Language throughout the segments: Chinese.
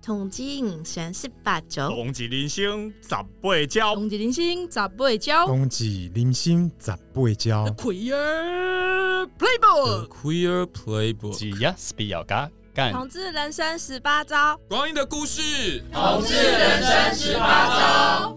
同济人生18招， 同济人生18招， 同济人生18招， 同济人生18招。 The Queer Playbook， The Queer Playbook， 只要是比较干。 同志人生18招， 光阴的故事， 同志人生18招。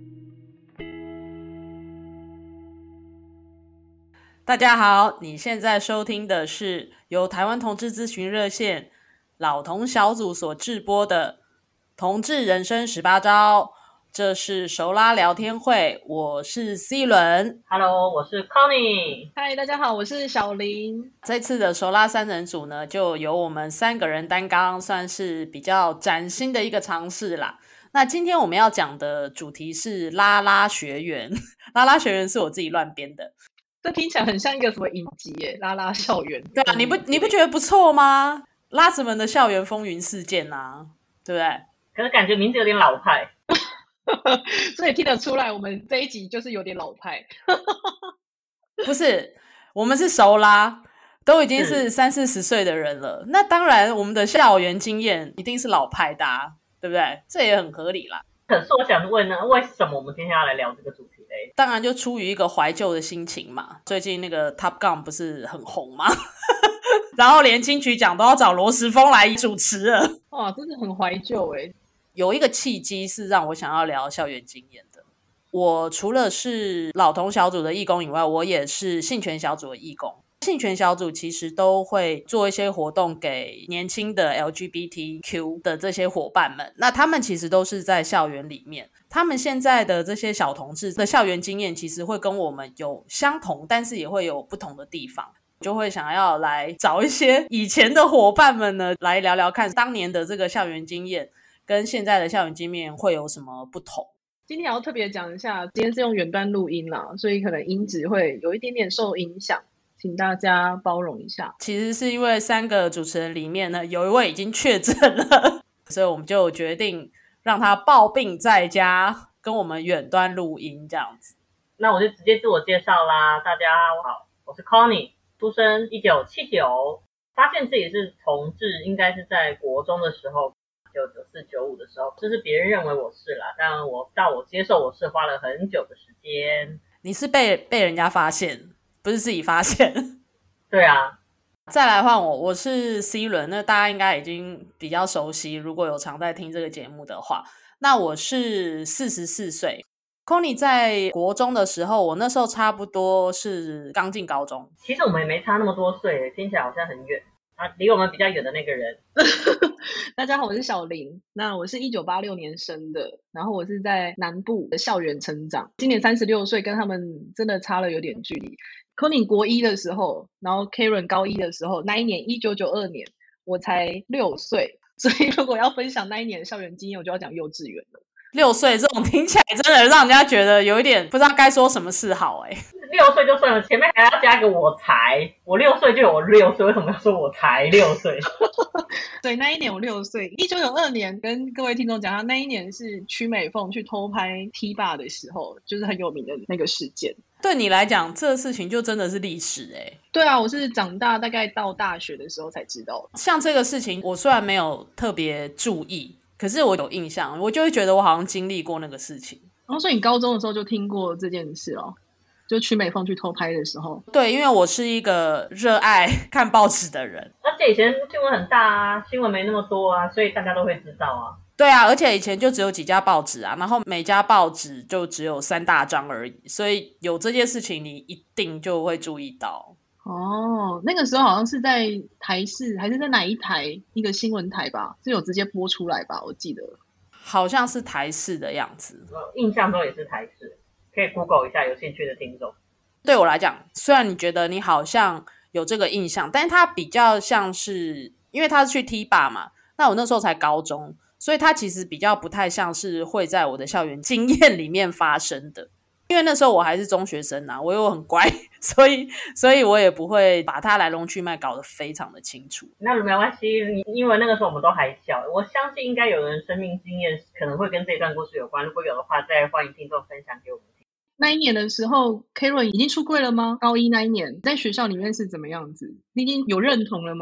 大家好，你现在收听的是由台湾同志咨询热线老同小组所制播的同志人生18招，这是熟拉聊天会，我是 C 轮。 Hello， 我是 Connie。 嗨，大家好，我是小林。 这次的熟拉三人组呢，就由我们3个人担纲，算是比较崭新的一个尝试啦。那今天我们要讲的主题是拉拉学园拉拉学园是我自己乱编的， 这听起来很像一个什么影集耶，拉拉校园。 对啊，你不觉得不错吗？拉子们的校园风云事件啊，对不对？ 可是感觉名字有点老派所以听得出来我们这一集就是有点老派不是，我们是熟拉，都已经是30-40岁的人了，那当然我们的校园经验一定是老派的啊，对不对？这也很合理啦。 可是我想问呢，为什么我们今天要来聊这个主题嘞？ 当然就出于一个怀旧的心情嘛，最近那个 Top Gun 不是很红吗然后连金曲奖都要找罗时丰来主持了， 哇，真的很怀旧耶。 有一个契机是让我想要聊校园经验的。我除了是老同小组的义工以外，我也是性权小组的义工。性权小组其实都会做一些活动给年轻的 LGBTQ 的这些伙伴们，那他们其实都是在校园里面，他们现在的这些小同志的校园经验其实会跟我们有相同，但是也会有不同的地方，就会想要来找一些以前的伙伴们呢，来聊聊看当年的这个校园经验跟现在的校园经验会有什么不同。 今天要特别讲一下，今天是用远端录音啦，所以可能音质会有一点点受影响，请大家包容一下。 其实是因为3个主持人里面呢，有一位已经确诊了，所以我们就决定让他抱病在家，跟我们远端录音这样子。 那我就直接自我介绍啦。大家好，我是 Connie， 出生1979，发现自己是同志应该是在国中的时候，就94、95的时候，就是别人认为我是啦，但到我接受我是花了很久的时间。 你是被人家发现，不是自己发现对啊。 再来换我是 C 轮，那大家应该已经比较熟悉，如果有常在听这个节目的话。那我是44岁。Connie 在国中的时候，我那时候差不多是刚进高中。 其实我们也没差那么多岁，听起来好像很远啊，离我们比较远的那个人大家好，我是小林。那我是1986年生的，然后我是在南部的校园成长，今年36岁，跟他们真的差了有点距离。Connie 国1的时候，然后 Karen 高1的时候，那一年1992年我才6岁，所以如果要分享那一年的校园经验，我就要讲幼稚园了。 6岁这种听起来真的让人家觉得有一点不知道该说什么是好 6岁就算了，前面还要加个我才，我6岁就有我6岁，为什么要说我才6岁对，那一年我6岁。1992年跟各位听众讲，他那一年是曲美凤去偷拍 T 爸的时候，就是很有名的那个事件。 对你来讲这个事情就真的是历史对啊，我是长大大概到大学的时候才知道。 像这个事情我虽然没有特别注意，可是我有印象，我就会觉得我好像经历过那个事情。 所以你高中的时候就听过这件事哦？就曲美凤去偷拍的时候。 对，因为我是一个热爱看报纸的人， 而且以前新闻很大啊，新闻没那么多啊，所以大家都会知道啊。 对啊，而且以前就只有几家报纸啊，然后每家报纸就只有3大张而已，所以有这件事情你一定就会注意到。 那个时候好像是在台视还是在哪一台一个新闻台吧，是有直接播出来吧，我记得好像是台视的样子， 印象中也是台视，可以 Google 一下，有兴趣的听众。 对我来讲，虽然你觉得你好像有这个印象，但是它比较像是因为他是去 T 爸嘛，那我那时候才高中，所以它其实比较不太像是会在我的校园经验里面发生的。因为那时候我还是中学生啊，我又很乖，所以我也不会把它来龙去脉搞得非常的清楚。 那没关系，因为那个时候我们都还小，我相信应该有人生命经验可能会跟这段故事有关，如果有的话再欢迎听众分享给我们听。 那一年的时候 Karen 已经出柜了吗？高1那一年在学校里面是怎么样子？你已经有认同了吗？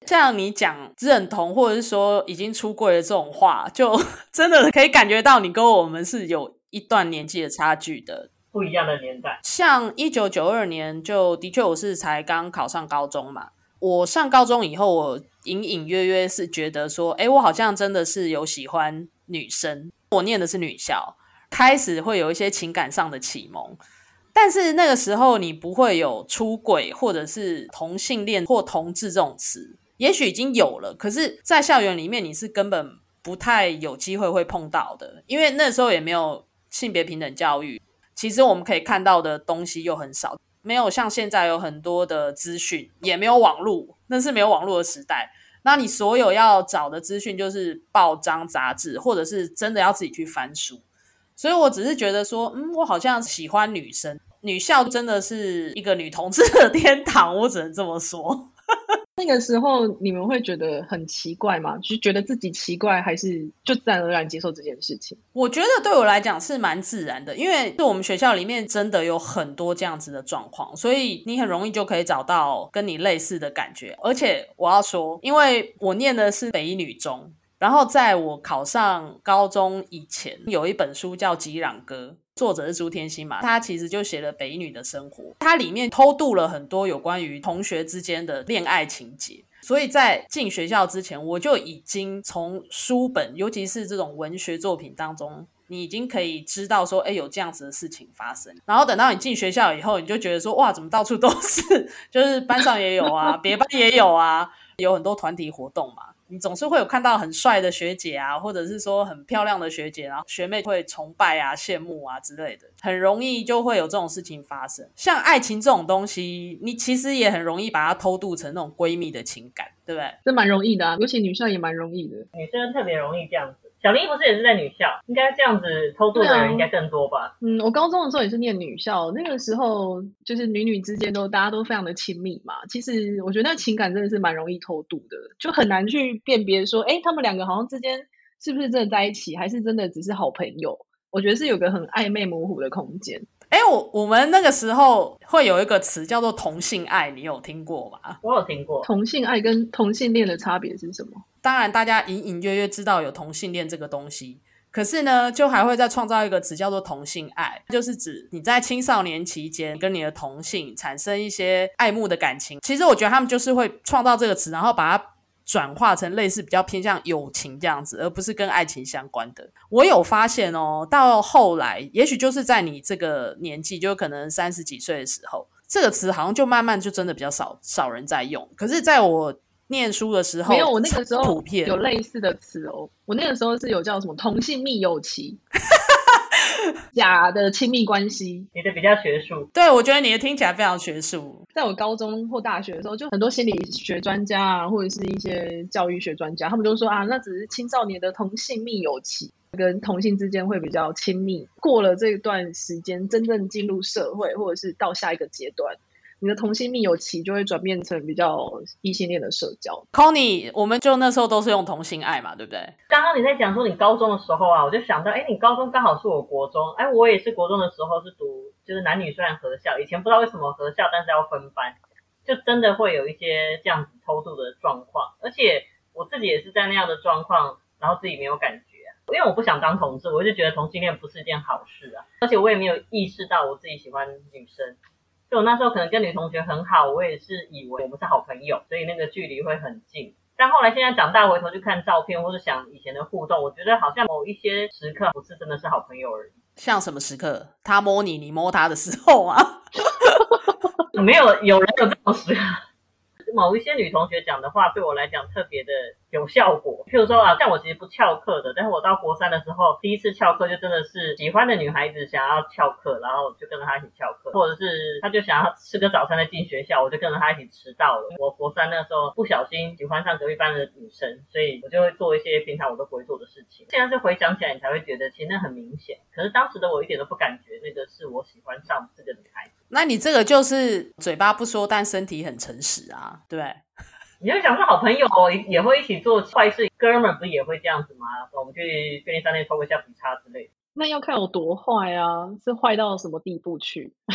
像你讲认同或者是说已经出柜的这种话，就真的可以感觉到你跟我们是有一段年纪的差距的， 不一样的年代。 像1992年就的确我是才刚考上高中嘛，我上高中以后我隐隐约约是觉得说我好像真的是有喜欢女生，我念的是女校，开始会有一些情感上的启蒙，但是那个时候你不会有出轨或者是同性恋或同志这种词，也许已经有了，可是在校园里面你是根本不太有机会会碰到的，因为那时候也没有性别平等教育，其实我们可以看到的东西又很少，没有像现在有很多的资讯，也没有网络，那是没有网络的时代，那你所有要找的资讯就是报章杂志，或者是真的要自己去翻书。所以我只是觉得说我好像喜欢女生，女校真的是一个女同志的天堂，我只能这么说。 那个时候你们会觉得很奇怪吗？就是觉得自己奇怪，还是就自然而然接受这件事情？ 我觉得对我来讲是蛮自然的，因为我们学校里面真的有很多这样子的状况，所以你很容易就可以找到跟你类似的感觉。而且我要说，因为我念的是北一女中，然后在我考上高中以前，有一本书叫《击壤歌》，作者是朱天心嘛，他其实就写了北一女的生活，他里面偷渡了很多有关于同学之间的恋爱情节，所以在进学校之前，我就已经从书本，尤其是这种文学作品当中，你已经可以知道说有这样子的事情发生，然后等到你进学校以后，你就觉得说哇，怎么到处都是，就是班上也有啊，别班也有啊，有很多团体活动嘛，你总是会有看到很帅的学姐啊，或者是说很漂亮的学姐，然后学妹会崇拜啊、羡慕啊之类的，很容易就会有这种事情发生。像爱情这种东西，你其实也很容易把它偷渡成那种闺蜜的情感，对不对？ 这蛮容易的啊，尤其女校也蛮容易的。 女生特别容易这样子。小林不是也是在女校，应该这样子偷渡的人应该更多吧？ 我高中的时候也是念女校，那个时候就是女之间大家都非常的亲密嘛。其实我觉得那情感真的是蛮容易偷渡的，就很难去辨别说，他们两个好像之间是不是真的在一起，还是真的只是好朋友。我觉得是有个很暧昧模糊的空间。 我们那个时候会有一个词叫做同性爱，你有听过吗？ 我有听过。 同性爱跟同性恋的差别是什么？ 当然大家隐隐约约知道有同性恋这个东西，可是呢就还会再创造一个词叫做同性爱，就是指你在青少年期间跟你的同性产生一些爱慕的感情。其实我觉得他们就是会创造这个词，然后把它转化成类似比较偏向友情这样子，而不是跟爱情相关的。我有发现到后来也许就是在你这个年纪，就可能30几岁的时候，这个词好像就慢慢就真的比较少人在用。可是在我念书的时候， 没有，我那个时候普遍有类似的词哦。我那个时候是有叫什么同性密友期假的亲密关系。 你的比较学术。 对，我觉得你的听起来非常学术。 在我高中或大学的时候，就很多心理学专家啊，或者是一些教育学专家，他们就说啊，那只是青少年的同性密友期，跟同性之间会比较亲密。过了这段时间，真正进入社会，或者是到下一个阶段，你的同性密友期就会转变成比较异性恋的社交。 Connie 我们就那时候都是用同性爱嘛，对不对？ 刚刚你在讲说你高中的时候啊，我就想到你高中刚好是我国中，我也是国中的时候是读就是男女虽然合校，以前不知道为什么合校但是要分班，就真的会有一些这样子偷渡的状况。而且我自己也是在那样的状况，然后自己没有感觉因为我不想当同志，我就觉得同性恋不是一件好事啊，而且我也没有意识到我自己喜欢女生，所以我那时候可能跟女同学很好，我也是以为我们是好朋友，所以那个距离会很近。但后来现在长大回头去看照片，或是想以前的互动，我觉得好像某一些时刻不是真的是好朋友而已。 像什么时刻？他摸你，你摸他的时候啊？ 没有人有这种时刻。某一些女同学讲的话对我来讲特别的有效果。譬如说像我其实不翘课的，但是我到国3的时候第一次翘课，就真的是喜欢的女孩子想要翘课，然后就跟着她一起翘课，或者是她就想要吃个早餐再进学校，我就跟着她一起迟到了。我国3那时候不小心喜欢上隔壁班的女生，所以我就会做一些平常我都不会做的事情。现在是回想起来你才会觉得其实那很明显，可是当时的我一点都不感觉那个是我喜欢上这个女孩子。 那你这个就是嘴巴不说但身体很诚实啊，对不对？ 你就想说好朋友也会一起做坏事，哥们不是也会这样子吗？我们去便利商店偷个橡皮擦之类的。 那要看有多坏啊，是坏到什么地步去？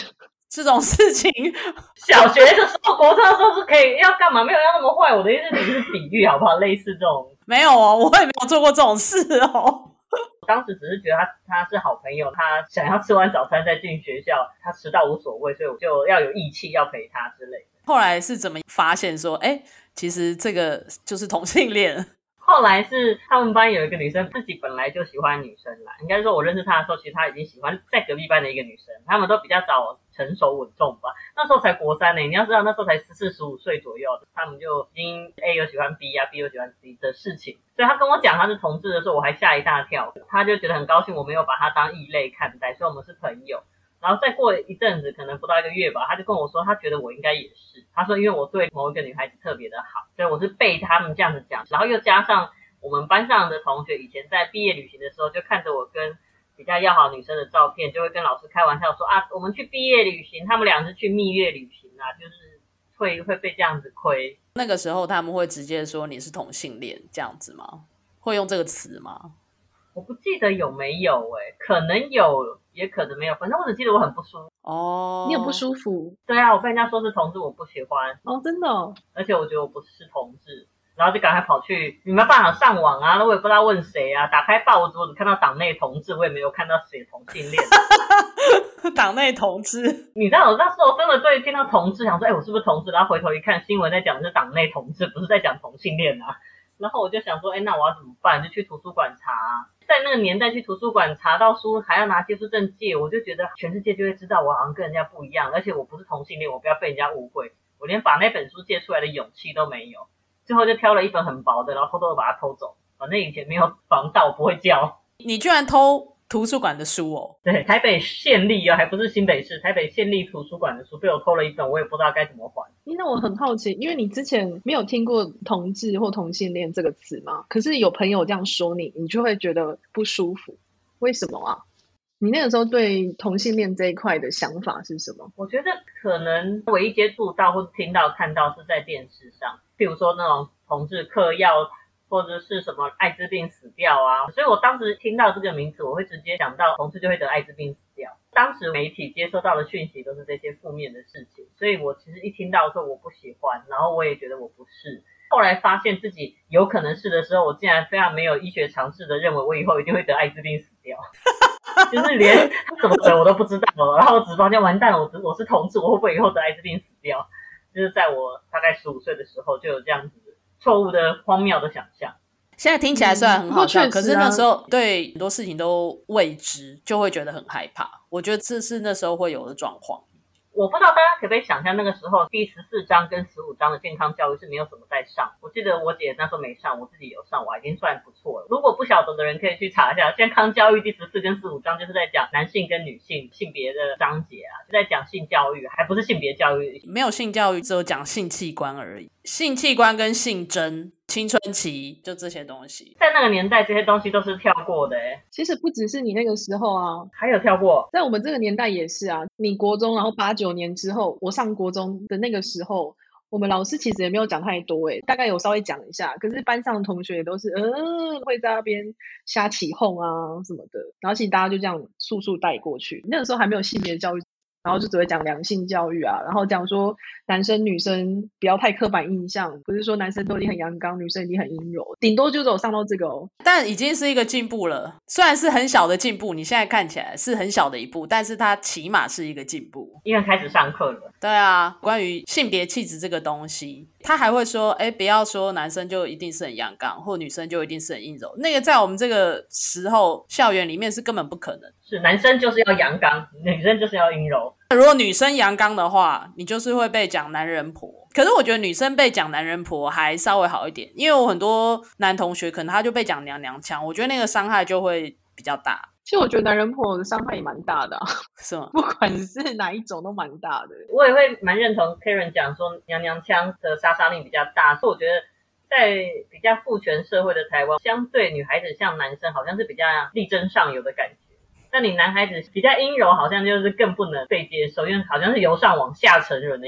这种事情， 小学的时候、国中的时候是可以要干嘛？没有要那么坏。我的意思只是比喻，好不好？类似这种没有哦，我也没有做过这种事哦。 当时只是觉得他是好朋友，他想要吃完早餐再进学校，他迟到无所谓，所以我就要有义气，要陪他之类的。 后来是怎么发现说，其实这个就是同性恋？ 后来是他们班有一个女生自己本来就喜欢女生啦，应该说我认识她的时候，其实她已经喜欢在隔壁班的一个女生，他们都比较早成熟稳重吧。那时候才国3呢，你要知道那时候才14、15岁左右，他们就已经 A 有喜欢 B 啊 ，B 有喜欢 C 的事情。所以他跟我讲他是同志的时候，我还吓一大跳。他就觉得很高兴我没有把他当异类看待，所以我们是朋友。然后再过一阵子，可能不到1个月吧，他就跟我说他觉得我应该也是。他说因为我对某一个女孩子特别的好，所以我是被他们这样子讲，然后又加上我们班上的同学以前在毕业旅行的时候，就看着我跟比较要好女生的照片，就会跟老师开玩笑说啊，我们去毕业旅行，他们俩是去蜜月旅行啊，就是会被这样子亏。 那个时候他们会直接说你是同性恋这样子吗？会用这个词吗？ 我不记得有没有可能有，也可能没有，反正我只记得我很不舒服。 哦， 你有不舒服？ 对啊，我被人家说是同志，我不喜欢。 哦，真的哦？ 而且我觉得我不是同志。然后就赶快跑去，你没有办法上网啊，我也不知道问谁啊。打开报纸，我只看到党内同志，我也没有看到写同性恋。 党内同志， 你知道我那时候真的对听到同志，想说，我是不是同志？然后回头一看，新闻在讲的是党内同志，不是在讲同性恋啊。然后我就想说，那我要怎么办？就去图书馆查啊。在那个年代去图书馆查到书还要拿借书证借，我就觉得全世界就会知道我好像跟人家不一样，而且我不是同性恋，我不要被人家误会。我连把那本书借出来的勇气都没有。最后就挑了一本很薄的，然后偷偷的把它偷走。反正以前没有防盗，不会叫。 你居然偷图书馆的书哦？ 对，台北县立还不是新北市，台北县立图书馆的书被我偷了一本，我也不知道该怎么还。 那我很好奇，因为你之前没有听过同志或同性恋这个词嘛，可是有朋友这样说你就会觉得不舒服，为什么啊？你那个时候对同性恋这一块的想法是什么？ 我觉得可能唯一接触到或者听到看到是在电视上，譬如说那种同志嗑药或者是什么艾滋病死掉啊，所以我当时听到这个名词，我会直接想到同志就会得艾滋病死掉。当时媒体接收到的讯息都是这些负面的事情，所以我其实一听到说我不喜欢，然后我也觉得我不是。后来发现自己有可能是的时候，我竟然非常没有医学常识的认为我以后一定会得艾滋病死掉。就是连怎么得我都不知道了，然后我只发现完蛋了，我是同志，我会不会以后得艾滋病死掉？就是在我大概15岁的时候就有这样子错误的荒谬的想象。 现在听起来虽然很好笑，可是那时候候对很多事情都未知，就会觉得很害怕。我觉得这是那时候会有的状况。 我不知道大家可不可以想象，那个时候第14章跟15章的健康教育是没有什么在上。我记得我姐那时候没上，我自己有上，我已经算不错了。如果不晓得的人可以去查一下，健康教育第14跟15章就是在讲男性跟女性性别的章节啊，就在讲性教育，还不是性别教育。 没有性教育，只有讲性器官而已。性器官跟性征、青春期，就这些东西， 在那个年代这些东西都是跳过的其实不只是你那个时候啊， 还有跳过， 在我们这个年代也是啊。你国中，然后8、9年之后，我上国中的那个时候，我们老师其实也没有讲太多大概有稍微讲一下，可是班上的同学也都是会在那边瞎起哄啊什么的，然后其实大家就这样速速带过去。那个时候还没有性别教育，然后就只会讲两性教育啊，然后讲说男生女生不要太刻板印象，不是说男生都一定很阳刚，女生一定很阴柔，顶多就只有上到这个但已经是一个进步了。虽然是很小的进步，你现在看起来是很小的一步，但是它起码是一个进步， 因为开始上课了。 对啊，关于性别气质这个东西，他还会说不要说男生就一定是很阳刚，或女生就一定是很阴柔，那个在我们这个时候校园里面是根本不可能。 是男生就是要阳刚，女生就是要阴柔。 如果女生阳刚的话，你就是会被讲男人婆。可是我觉得女生被讲男人婆还稍微好一点，因为我很多男同学可能他就被讲娘娘腔，我觉得那个伤害就会比较大。 其实我觉得男人婆的伤害也蛮大的是吗？ 不管是哪一种都蛮大的。 我也会蛮认同 Karen 讲说娘娘腔的杀伤力比较大，所以我觉得在比较父权社会的台湾，相对女孩子像男生好像是比较力争上游的感觉。但你男孩子比较阴柔，好像就是更不能被接受，因为好像是由上往下沉人的样子。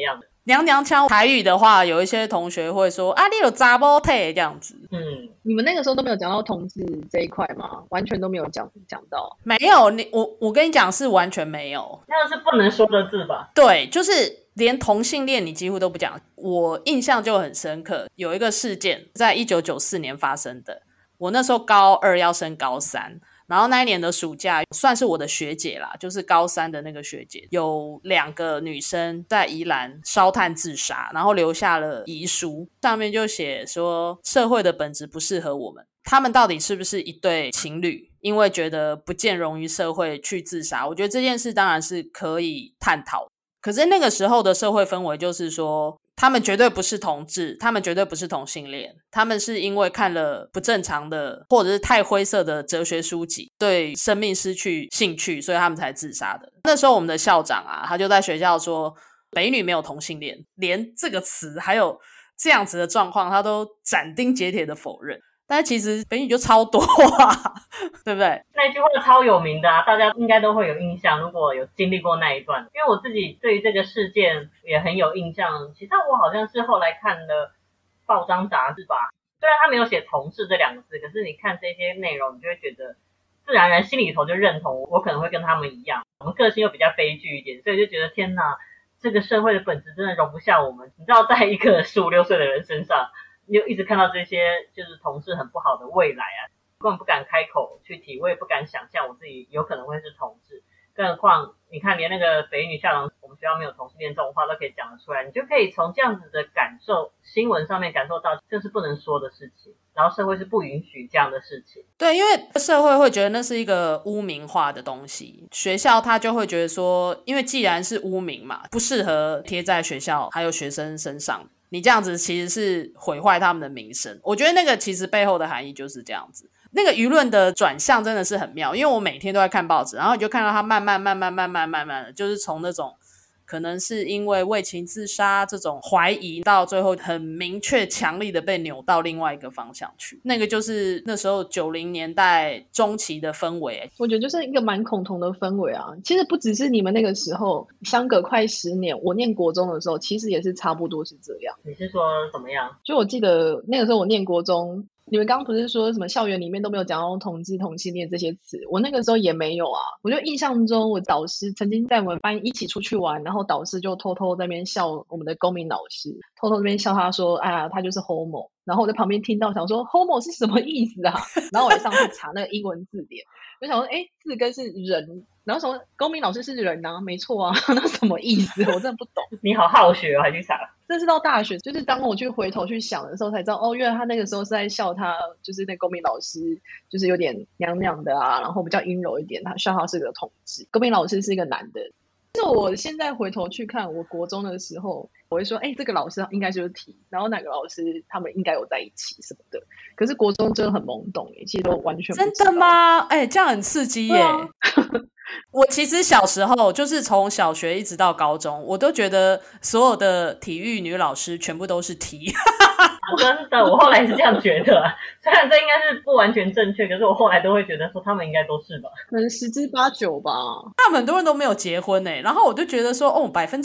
娘娘腔台语的话，有一些同学会说啊，你有查某体这样子。 你们那个时候都没有讲到同志这一块吗？完全都没有讲到？ 没有，我跟你讲是完全没有， 那是不能说的字吧？ 对，就是连同性恋你几乎都不讲。我印象就很深刻，有一个事件在1994年发生的，我那时候高2要升高3。然后那一年的暑假算是我的学姐啦，就是高3的那个学姐，有2个女生在宜兰烧炭自杀，然后留下了遗书，上面就写说社会的本质不适合我们，他们到底是不是一对情侣，因为觉得不见容于社会去自杀。我觉得这件事当然是可以探讨，可是那个时候的社会氛围就是说他们绝对不是同志，他们绝对不是同性恋，他们是因为看了不正常的或者是太灰色的哲学书籍，对生命失去兴趣，所以他们才自杀的。那时候我们的校长啊，他就在学校说北女没有同性恋，连这个词还有这样子的状况他都斩钉截铁的否认。但是其实北女就超多啊，对不对？ 那句话超有名的啊，大家应该都会有印象，如果有经历过那一段。因为我自己对于这个事件也很有印象，其实我好像是后来看了报章杂志吧，虽然他没有写同志这2个字，可是你看这些内容，你就会觉得自然而然心里头就认同我可能会跟他们一样，我们个性又比较悲剧一点，所以就觉得天哪，这个社会的本质真的容不下我们。你知道，在一个15、16岁的人身上，你就一直看到这些就是同志很不好的未来啊，根本不敢开口去提，我也不敢想象我自己有可能会是同志。更何况你看，连那个北女校长我们学校没有同性恋这种话都可以讲得出来，你就可以从这样子的感受，新闻上面感受到这是不能说的事情，然后社会是不允许这样的事情。 对，因为社会会觉得那是一个污名化的东西，学校他就会觉得说，因为既然是污名嘛，不适合贴在学校还有学生身上，你这样子其实是毁坏他们的名声。我觉得那个其实背后的含义就是这样子。那个舆论的转向真的是很妙，因为我每天都在看报纸，然后你就看到他慢慢的，就是从那种可能是因为为情自杀这种怀疑，到最后很明确强力的被扭到另外一个方向去。那个就是那时候90年代中期的氛围。 我觉得就是一个蛮恐同的氛围啊。其实不只是你们那个时候，相隔快10年，我念国中的时候其实也是差不多是这样。 你是说怎么样？ 就我记得那个时候我念国中，你们刚刚不是说什么校园里面都没有讲到同志同性恋这些词，我那个时候也没有啊。我就印象中我导师曾经带我们班一起出去玩，然后导师就偷偷在那边笑我们的公民老师，偷偷在那边笑他说哎呀他就是 homo， 然后我在旁边听到想说 homo 是什么意思啊，然后我也上去查那个英文字典，我想说字根是人，然后说公民老师是人啊，没错啊，那什么意思我真的不懂。 你好好学哦，还去查。 这是到大学，就是当我去回头去想的时候才知道，哦，原来他那个时候是在笑他，就是那公民老师就是有点娘娘的啊，然后比较阴柔一点，他笑他是个同志，公民老师是一个男的。就是我现在回头去看我国中的时候，我会说这个老师应该就是 T， 然后哪个老师他们应该有在一起什么的，可是国中真的很懵懂耶，其实都完全不知道。 真的吗？这样很刺激耶。我其实小时候就是从小学一直到高中，我都觉得所有的体育女老师全部都是 T。 真的，我后来是这样觉得啊，虽然这应该是不完全正确，可是我后来都会觉得说他们应该都是吧， 可能10之8九吧。 他们很多人都没有结婚然后我就觉得说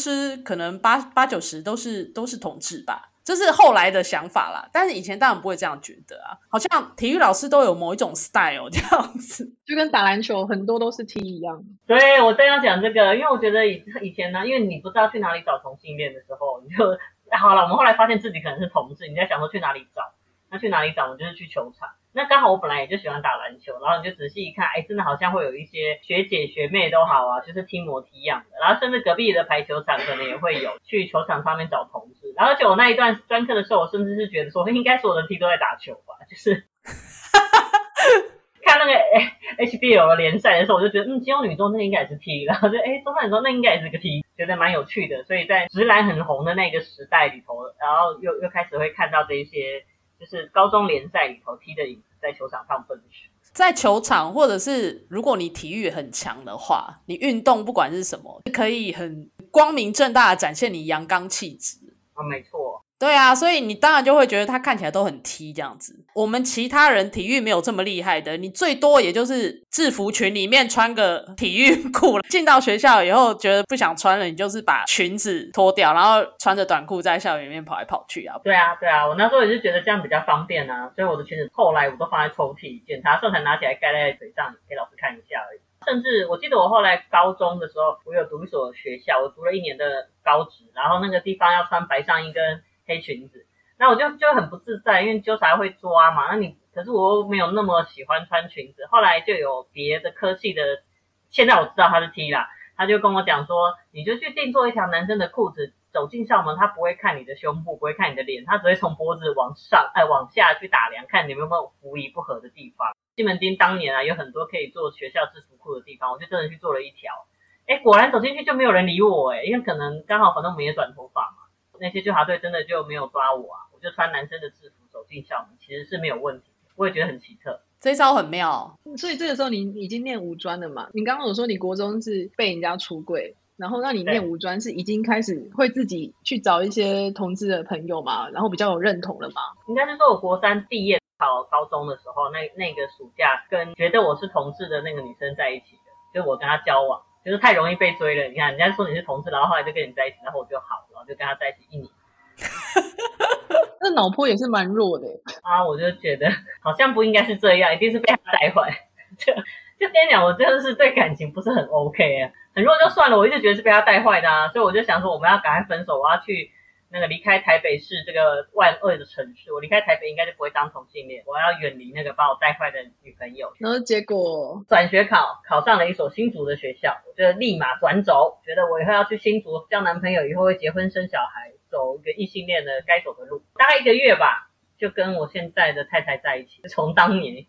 %可能8、90都是同志吧。这是后来的想法啦，但是以前当然不会这样觉得啊，好像体育老师都有某一种 style 这样子， 就跟打篮球很多都是 T 一样。 对，我正要讲这个，因为我觉得以前呢，因为你不知道去哪里找同性恋的时候，你就好了，我们后来发现自己可能是同志，你在想说去哪里找，那去哪里找？我就是去球场。那刚好我本来也就喜欢打篮球，然后你就仔细一看，真的好像会有一些学姐学妹都好啊，就是踢模踢样的，然后甚至隔壁的排球场可能也会有去球场上面找同志。然后而且我那一段专科的时候，我甚至是觉得说应该所有的 T 都在打球吧，就是看那个HBL 的联赛的时候，我就觉得金州女中那应该也是 T， 然后就中山女中那应该也是个 T， 觉得蛮有趣的。所以在直男很红的那个时代里头，然后又开始会看到这一些就是高中联赛里头 T 的影子在球场上奔驰。 在球场或者是如果你体育很强的话，你运动不管是什么可以很光明正大的展现你阳刚气质。 没错。 对啊，所以你当然就会觉得他看起来都很 T 这样子。我们其他人体育没有这么厉害的，你最多也就是制服裙里面穿个体育裤，进到学校以后觉得不想穿了，你就是把裙子脱掉，然后穿着短裤在校园里面跑来跑去啊。 对啊，我那时候也是觉得这样比较方便啊，所以我的裙子后来我都放在抽屉，检查的时候才拿起来盖在腿上给老师看一下而已。甚至我记得我后来高中的时候，我有读一所学校，我读了1年的高职，然后那个地方要穿白上衣跟黑裙子，那我就很不自在，因为纠察会抓嘛。可是我又没有那么喜欢穿裙子。后来就有别的科系的，现在我知道他是 T 啦，他就跟我讲说，你就去定做一条男生的裤子，走进校门，他不会看你的胸部，不会看你的脸，他只会从脖子往下去打量，看你有没有服仪不合的地方。西门町当年啊，有很多可以做学校制服裤的地方，我就真的去做了一条。果然走进去就没有人理我因为可能刚好反正我们也短头发嘛，那些纠察队真的就没有抓我啊，我就穿男生的制服走进校门，其实是没有问题的，我也觉得很奇特。 这一招很妙。 所以这个时候你已经念五专了嘛？你刚刚有说你国中是被人家出柜，然后那你念五专是已经开始会自己去找一些同志的朋友嘛，然后比较有认同了嘛？ 应该是说我国3毕业考高中的时候，那个暑假跟觉得我是同志的那个女生在一起的，就是我跟她交往，就是太容易被追了。你看人家说你是同志，然后后来就跟你在一起，然后我就好了，然后就跟她在一起1年。 那脑波也是蛮弱的啊，我就觉得好像不应该是这样，一定是被他带坏。就跟你讲，我真的是对感情不是很 OK 啊，很弱就算了，我一直觉得是被他带坏的啊，所以我就想说我们要赶快分手，我要去那个离开台北市这个万恶的城市，我离开台北应该就不会当同性恋，我要远离那个把我带坏的女朋友。 然后结果转学考上了一所新竹的学校，我就立马转走，觉得我以后要去新竹交男朋友，以后会结婚生小孩，走一个异性恋的该走的路。大概1个月吧，就跟我现在的太太在一起，从当年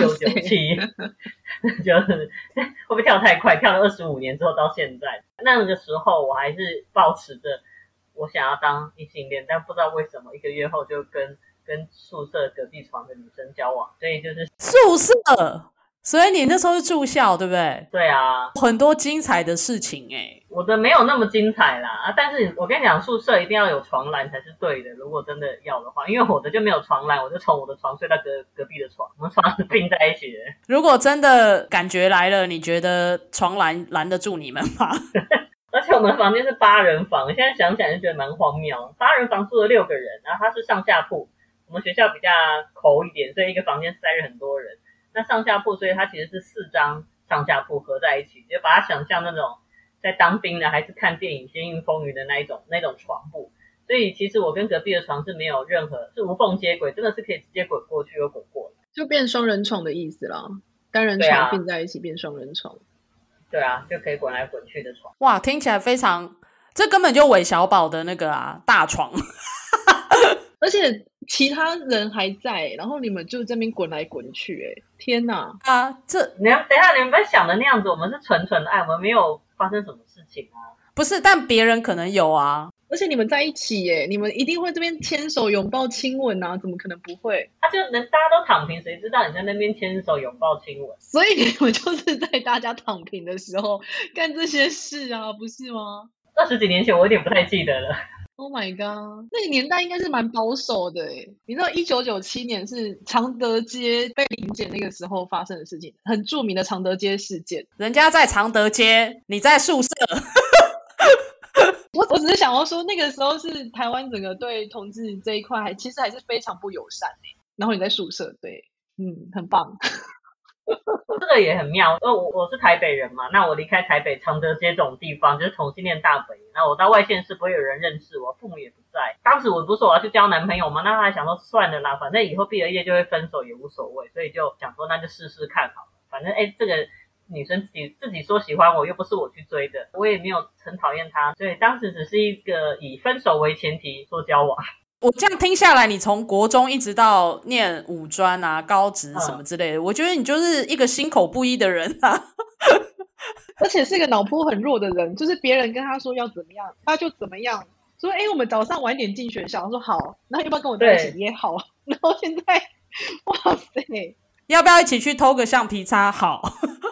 1997就是会不会跳太快，跳了25年之后到现在。那个时候我还是抱持着我想要当异性恋，但不知道为什么1个月后就跟宿舍隔壁床的女生交往，所以就是宿舍。所以你那时候是住校对不对？ 对啊， 很多精彩的事情我的没有那么精彩啦但是我跟你讲，宿舍一定要有床栏才是对的，如果真的要的话，因为我的就没有床栏，我就从我的床睡到隔壁的床，我们床是并在一起的。如果真的感觉来了，你觉得床拦得住你们吗？ 而且我们房间是8人房，现在想起来就觉得蛮荒谬。8人房住了6个人，然后它是上下铺，我们学校比较抠一点，所以一个房间塞了很多人。那上下铺，所以它其实是4张上下铺合在一起，就把它想象那种在当兵的还是看电影《监狱风云》的那种床铺。所以其实我跟隔壁的床是没有任何，是无缝接轨，真的是可以直接滚过去又滚过来， 就变双人床的意思啦，单人床并在一起变双人床。 对啊，就可以滚来滚去的床。 哇，听起来非常，这根本就韦小宝的那个大床。 而且其他人还在，然后你们就这边滚来滚去天哪啊！等一下，你们不要想的那样子，我们是纯纯的爱，我们没有发生什么事情啊。 不是，但别人可能有啊。 而且你们在一起你们一定会这边牵手拥抱亲吻啊，怎么可能不会？ 大家都躺平，谁知道你在那边牵手拥抱亲吻？ 所以你们就是在大家躺平的时候干这些事啊，不是吗 ？20几年前我有点不太记得了。 Oh my god， 那个年代应该是蛮保守的你知道1997年是常德街被临检那个时候发生的事情，很著名的常德街事件。 人家在常德街，你在宿舍。 我只是想要说，那个时候是台湾整个对同志这一块其实还是非常不友善然后你在宿舍，对，很棒。 这个也很妙，我是台北人嘛，那我离开台北常德街这种地方，就是同性恋大本营，那我到外县市不会有人认识我，父母也不在。当时我不是说我要去交男朋友吗？那他还想说算了啦，反正以后毕了业就会分手也无所谓，所以就想说那就试试看好了。反正这个女生自己说喜欢我，又不是我去追的，我也没有很讨厌她，所以当时只是一个以分手为前提做交往。 我这样听下来，你从国中一直到念五专啊、高职什么之类的，我觉得你就是一个心口不一的人啊。 而且是一个脑波很弱的人，就是别人跟他说要怎么样，他就怎么样。说我们早上晚点进学校，说好，那要不要跟我在一起也好。然后现在，哇塞， 要不要一起去偷个橡皮擦？好。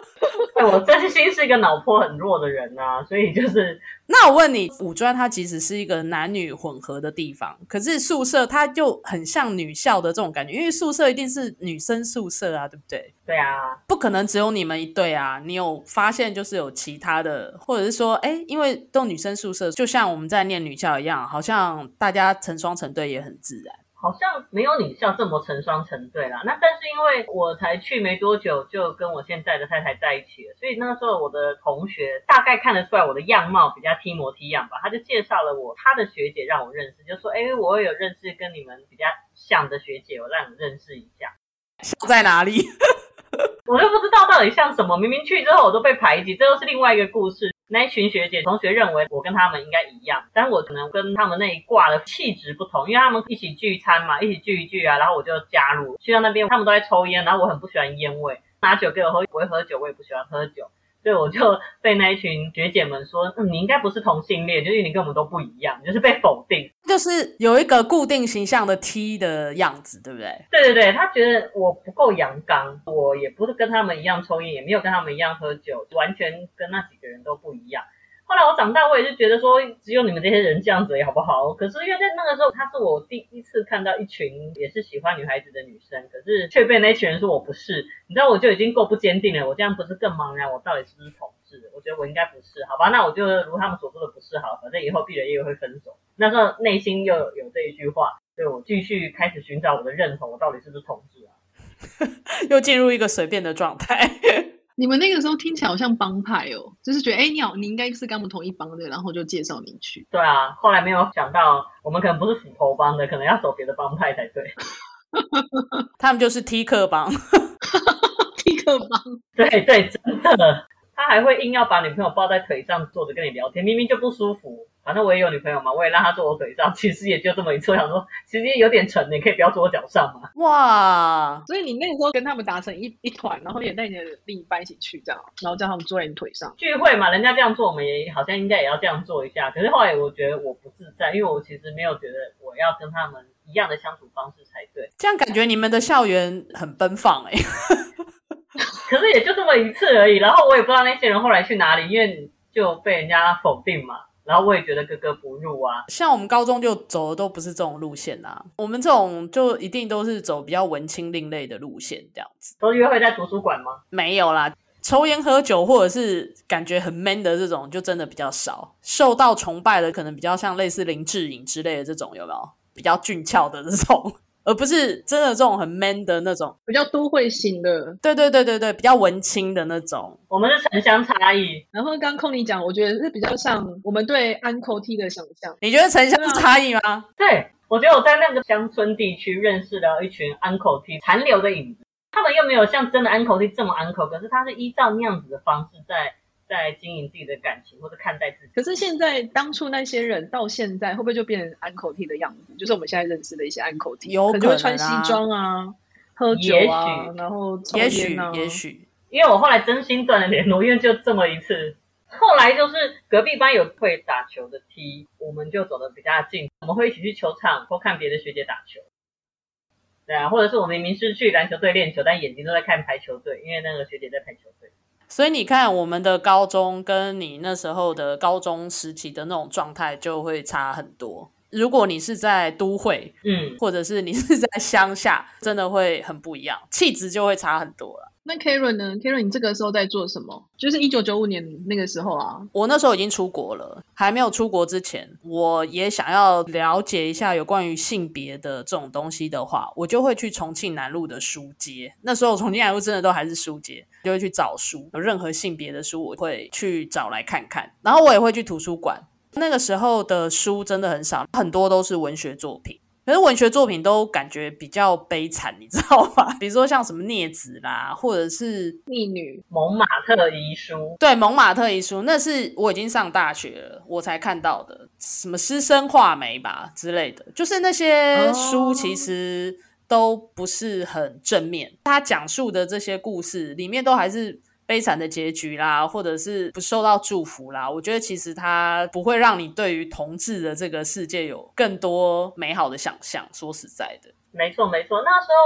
对，我真心是一个脑波很弱的人啊，所以就是那我问你，五专它其实是一个男女混合的地方，可是宿舍它就很像女校的这种感觉，因为宿舍一定是女生宿舍啊，对不对？ 对啊， 不可能只有你们一对啊，你有发现就是有其他的，或者是说因为都女生宿舍，就像我们在念女校一样，好像大家成双成对也很自然。 好像没有你像这么成双成对啦。那但是因为我才去没多久就跟我现在的太太在一起了，所以那时候我的同学大概看得出来我的样貌比较踢模踢样吧，他就介绍了他的学姐让我认识，就说我有认识跟你们比较像的学姐，我让你认识一下。 像在哪里？ 我就不知道到底像什么，明明去之后我都被排挤，这又是另外一个故事。那一群学姐同学认为我跟他们应该一样，但我可能跟他们那一挂的气质不同，因为他们一起聚餐嘛，一起聚一聚啊，然后我就加入去到那边，他们都在抽烟，然后我很不喜欢烟味，拿酒给我喝，不会喝酒，我也不喜欢喝酒，所以我就被那一群学姐们说，你应该不是同性恋，就是你跟我们都不一样，就是被否定， 就是有一个固定形象的 T 的样子，对不对？ 对对对，他觉得我不够阳刚，我也不是跟他们一样抽烟，也没有跟他们一样喝酒，完全跟那几个人都不一样。后来我长大，我也是觉得说，只有你们这些人这样子也好不好？可是因为在那个时候，他是我第一次看到一群也是喜欢女孩子的女生，可是却被那群人说我不是。你知道，我就已经够不坚定了，我这样不是更茫然，我到底是不是同志？我觉得我应该不是，好吧？那我就如他们所说的不是好了，反正以后毕了业会分手。那时候内心又有这一句话，所以我继续开始寻找我的认同，我到底是不是同志啊？ 又进入一个随便的状态。 你们那个时候听起来好像帮派哦，就是觉得你应该是跟我们同一帮的，然后就介绍你去。 对啊，后来没有想到我们可能不是斧头帮的，可能要走别的帮派才对。 他们就是 T 客帮。 T 客帮， 对对，真的。他还会硬要把女朋友抱在腿上坐着跟你聊天，明明就不舒服。反正我也有女朋友嘛，我也让她坐我腿上，其实也就这么一次。我想说，其实有点沉，你可以不要坐我脚上嘛。 哇！ 所以你那个时候跟他们达成一团，然后也带你的另一半一起去这样，然后叫他们坐在你腿上。 聚会嘛，人家这样做，我们也好像应该也要这样做一下。可是后来我觉得我不自在，因为我其实没有觉得我要跟他们一样的相处方式才对。 这样感觉你们的校园很奔放可是也就这么一次而已，然后我也不知道那些人后来去哪里，因为就被人家否定嘛，然后我也觉得格格不入啊。 像我们高中就走的都不是这种路线啊，我们这种就一定都是走比较文青另类的路线这样子。 都约会在图书馆吗？ 没有啦，抽烟喝酒或者是感觉很 man 的这种就真的比较少，受到崇拜的可能比较像类似林志颖之类的这种，有没有比较俊俏的这种，而不是真的这种很 man 的那种， 比较都会型的。 对对对对对，比较文青的那种。 我们是城乡差异。 然后刚空你讲，我觉得是比较像我们对Uncle T 的想象。 你觉得城乡差异吗？ 对，我觉得我在那个乡村地区认识了一群 Uncle T 残留的影子，他们又没有像真的 Uncle T 这么 Uncle， 可是他是依照那样子的方式在经营自己的感情或者看待自己。 可是现在当初那些人到现在会不会就变成Uncle T 的样子？就是我们现在认识的一些Uncle T， 有可能啊， 就会穿西装啊，喝酒啊，然后抽烟啊。 也许， 因为我后来真心断了联络，因为就这么一次。后来就是隔壁班有会打球的 T， 我们就走得比较近，我们会一起去球场或看别的学姐打球。对啊，或者是我明明是去篮球队练球，但眼睛都在看排球队，因为那个学姐在排球队。 所以你看我们的高中跟你那时候的高中时期的那种状态就会差很多。如果你是在都会，或者是你是在乡下，真的会很不一样，气质就会差很多了。 那 Karen 呢 ？Karen 你这个时候在做什么？就是1995年那个时候啊。 我那时候已经出国了，还没有出国之前，我也想要了解一下有关于性别的这种东西的话，我就会去重庆南路的书街。那时候重庆南路真的都还是书街，就会去找书，有任何性别的书我会去找来看看，然后我也会去图书馆。那个时候的书真的很少，很多都是文学作品。可是文学作品都感觉比较悲惨，你知道吗？比如说像什么孽子啦，或者是逆女、 蒙马特遗书。 对，蒙马特遗书，那是我已经上大学了我才看到的，什么师生画眉吧之类的，就是那些书其实都不是很正面，他讲述的这些故事里面都还是悲惨的结局啦，或者是不受到祝福啦，我觉得其实它不会让你对于同志的这个世界有更多美好的想象，说实在的。 没错没错，那时候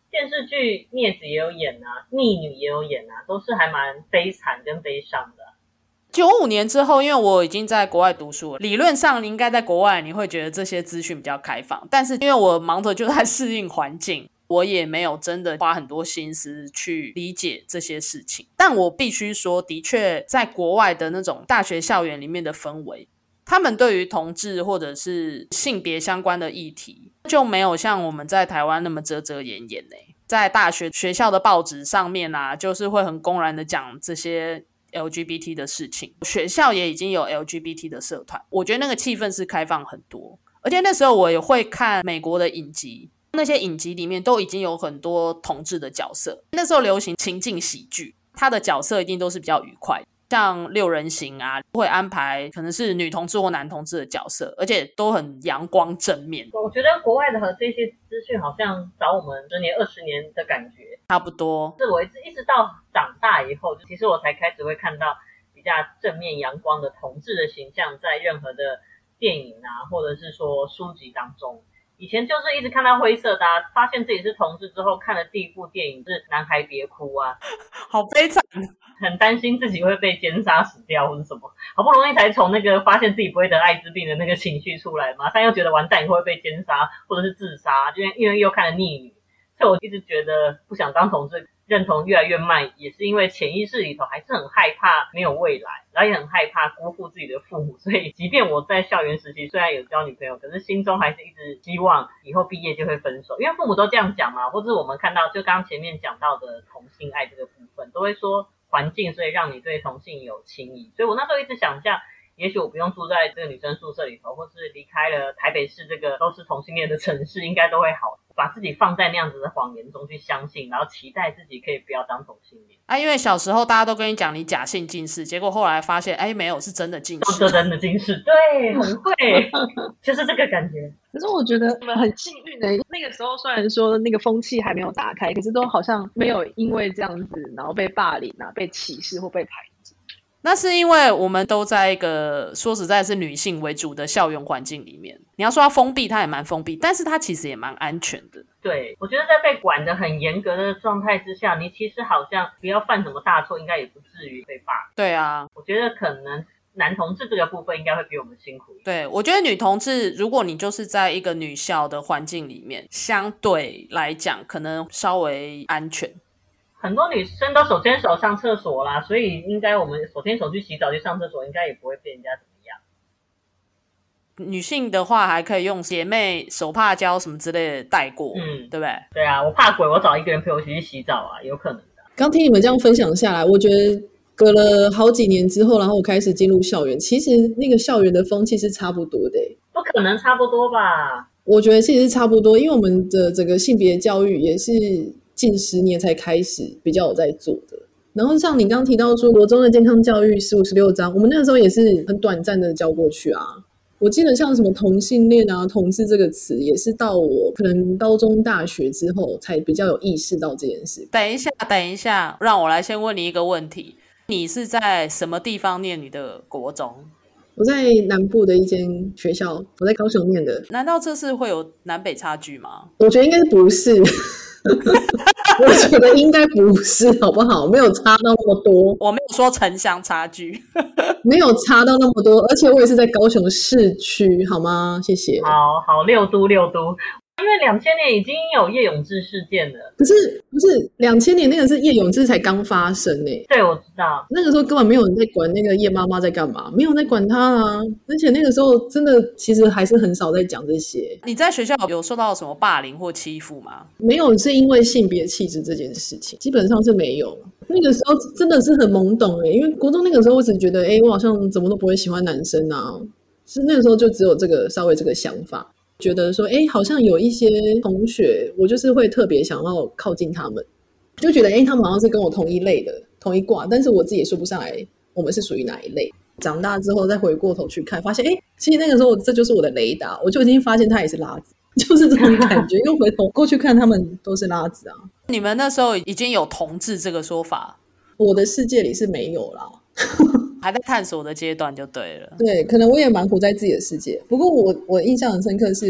电视剧镊子也有演啊，逆女也有演啊，都是还蛮悲惨跟悲伤的。 95年之后，因为我已经在国外读书了，理论上你应该在国外你会觉得这些资讯比较开放，但是因为我忙着就在适应环境，我也没有真的花很多心思去理解这些事情。但我必须说，的确在国外的那种大学校园里面的氛围，他们对于同志或者是性别相关的议题就没有像我们在台湾那么遮遮掩掩在大学学校的报纸上面啊，就是会很公然的讲这些 LGBT 的事情，学校也已经有 LGBT 的社团，我觉得那个气氛是开放很多。而且那时候我也会看美国的影集，那些影集里面都已经有很多同志的角色，那时候流行情境喜剧，他的角色一定都是比较愉快，像六人行啊，会安排可能是女同志或男同志的角色，而且都很阳光正面。 我觉得国外的和这些资讯好像早我们10年20年的感觉差不多。 是我一直到长大以后，其实我才开始会看到比较正面阳光的同志的形象在任何的电影啊，或者是说书籍当中。以前就是一直看到灰色的啊，发现自己是同志之后，看了第一部电影是《男孩别哭》啊， 好悲惨， 很担心自己会被奸杀死掉或者什么，好不容易才从那个发现自己不会得艾滋病的那个情绪出来，马上又觉得完蛋以后会被奸杀或者是自杀，因为又看了逆女，所以我一直觉得不想当同志，认同越来越慢，也是因为潜意识里头还是很害怕没有未来，然后也很害怕辜负自己的父母，所以即便我在校园时期虽然有交女朋友，可是心中还是一直希望以后毕业就会分手，因为父母都这样讲嘛，或者我们看到就刚刚前面讲到的同性爱这个部分，都会说环境所以让你对同性有情谊，所以我那时候一直想象也许我不用住在这个女生宿舍里头，或是离开了台北市这个都是同性恋的城市，应该都会好，把自己放在那样子的谎言中去相信，然后期待自己可以不要当同性恋因为小时候大家都跟你讲你假性近视，结果后来发现没有，是真的近视， 是真的近视，对，很会就是这个感觉。 可是我觉得我们很幸运那个时候虽然说那个风气还没有打开，可是都好像没有因为这样子然后被霸凌啊、被歧视或被排挤。 那是因为我们都在一个说实在是女性为主的校园环境里面，你要说它封闭，它也蛮封闭，但是它其实也蛮安全的。 对，我觉得在被管得很严格的状态之下，你其实好像不要犯什么大错，应该也不至于被霸。 对啊， 我觉得可能男同志这个部分应该会比我们辛苦一点。 对，我觉得女同志如果你就是在一个女校的环境里面，相对来讲可能稍微安全。 很多女生都手牵手上厕所啦，所以应该我们手牵手去洗澡去上厕所，应该也不会被人家怎么样。 女性的话还可以用姐妹手帕胶什么之类的带过，对不对？ 对啊，我怕鬼，我找一个人陪我一起去洗澡啊，有可能的。 刚听你们这样分享下来，我觉得隔了好几年之后，然后我开始进入校园，其实那个校园的风气是差不多的。 不可能差不多吧？ 我觉得其实是差不多，因为我们的整个性别教育也是近10年才开始比较有在做的。然后像你刚刚提到说国中的健康教育15、16章，我们那个时候也是很短暂的教过去啊。我记得像什么同性恋啊、同志这个词，也是到我可能高中、大学之后才比较有意识到这件事。 等一下，让我来先问你一个问题：你是在什么地方念你的国中？ 我在南部的一间学校，我在高雄念的。 难道这是会有南北差距吗？ 我觉得应该是不是。我觉得应该不是，好不好？没有差到那么多。 我没有说城乡差距， 没有差到那么多，而且我也是在高雄市区，好吗？谢谢。 好，六都。因为2000年已经有叶永志事件了， 可是不是2000年那个是叶永志才刚发生对，我知道那个时候根本没有人在管那个叶妈妈在干嘛，没有在管她啊，而且那个时候真的其实还是很少在讲这些。 你在学校有受到什么霸凌或欺负吗？ 没有，是因为性别气质这件事情基本上是没有。那个时候真的是很懵懂因为国中那个时候我只觉得我好像怎么都不会喜欢男生啊，是那个时候就只有这个稍微这个想法，觉得说好像有一些同学我就是会特别想要靠近他们，就觉得他们好像是跟我同一类的同一挂，但是我自己也说不上来我们是属于哪一类。长大之后再回过头去看，发现其实那个时候这就是我的雷达，我就已经发现他也是拉子，就是这种感觉又回头过去看他们都是拉子啊。 你们那时候已经有同志这个说法？ 我的世界里是没有啦还在探索的阶段就对了。 对，可能我也蛮活在自己的世界。不过我印象很深刻是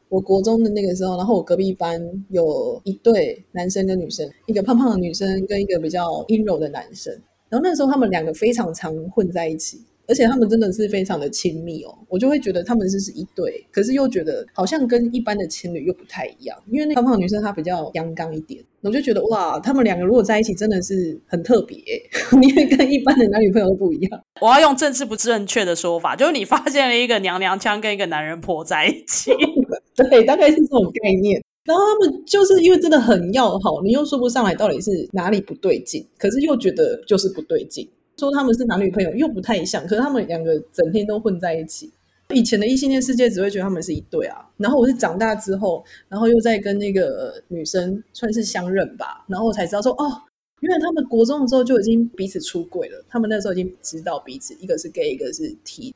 我国中的那个时候，然后我隔壁班有一对男生跟女生，一个胖胖的女生跟一个比较阴柔的男生，然后那时候他们两个非常常混在一起，而且他们真的是非常的亲密哦，我就会觉得他们是一对，可是又觉得好像跟一般的情侣又不太一样，因为那胖胖的女生她比较阳刚一点，我就觉得哇，他们两个如果在一起真的是很特别因为跟一般的男女朋友都不一样。 我要用政治不正确的说法，就是你发现了一个娘娘腔跟一个男人婆在一起对，大概是这种概念。然后他们就是因为真的很要好，你又说不上来到底是哪里不对劲，可是又觉得就是不对劲，说他们是男女朋友又不太像，可是他们两个整天都混在一起。以前的异性恋世界只会觉得他们是一对啊，然后我是长大之后，然后又在跟那个女生算是相认吧，然后我才知道说哦，原来他们国中的时候就已经彼此出柜了，他们那时候已经知道彼此，一个是 gay 一个是 T。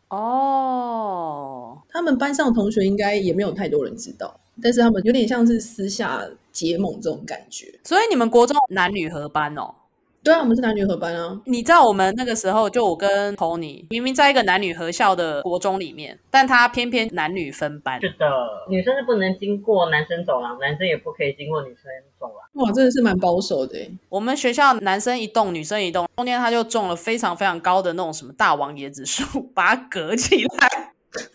他们班上的同学应该也没有太多人知道，但是他们有点像是私下结盟这种感觉。 所以你们国中男女合班哦？ 对啊，我们是男女合班啊。 你知道我们那个时候，就我跟 Tony 明明在一个男女合校的国中里面，但他偏偏男女分班。 是的，女生是不能经过男生走廊，男生也不可以经过女生走廊。 哇，真的是蛮保守的耶。 我们学校男生一栋女生一栋，中间他就种了非常非常高的那种什么大王椰子树，把它隔起来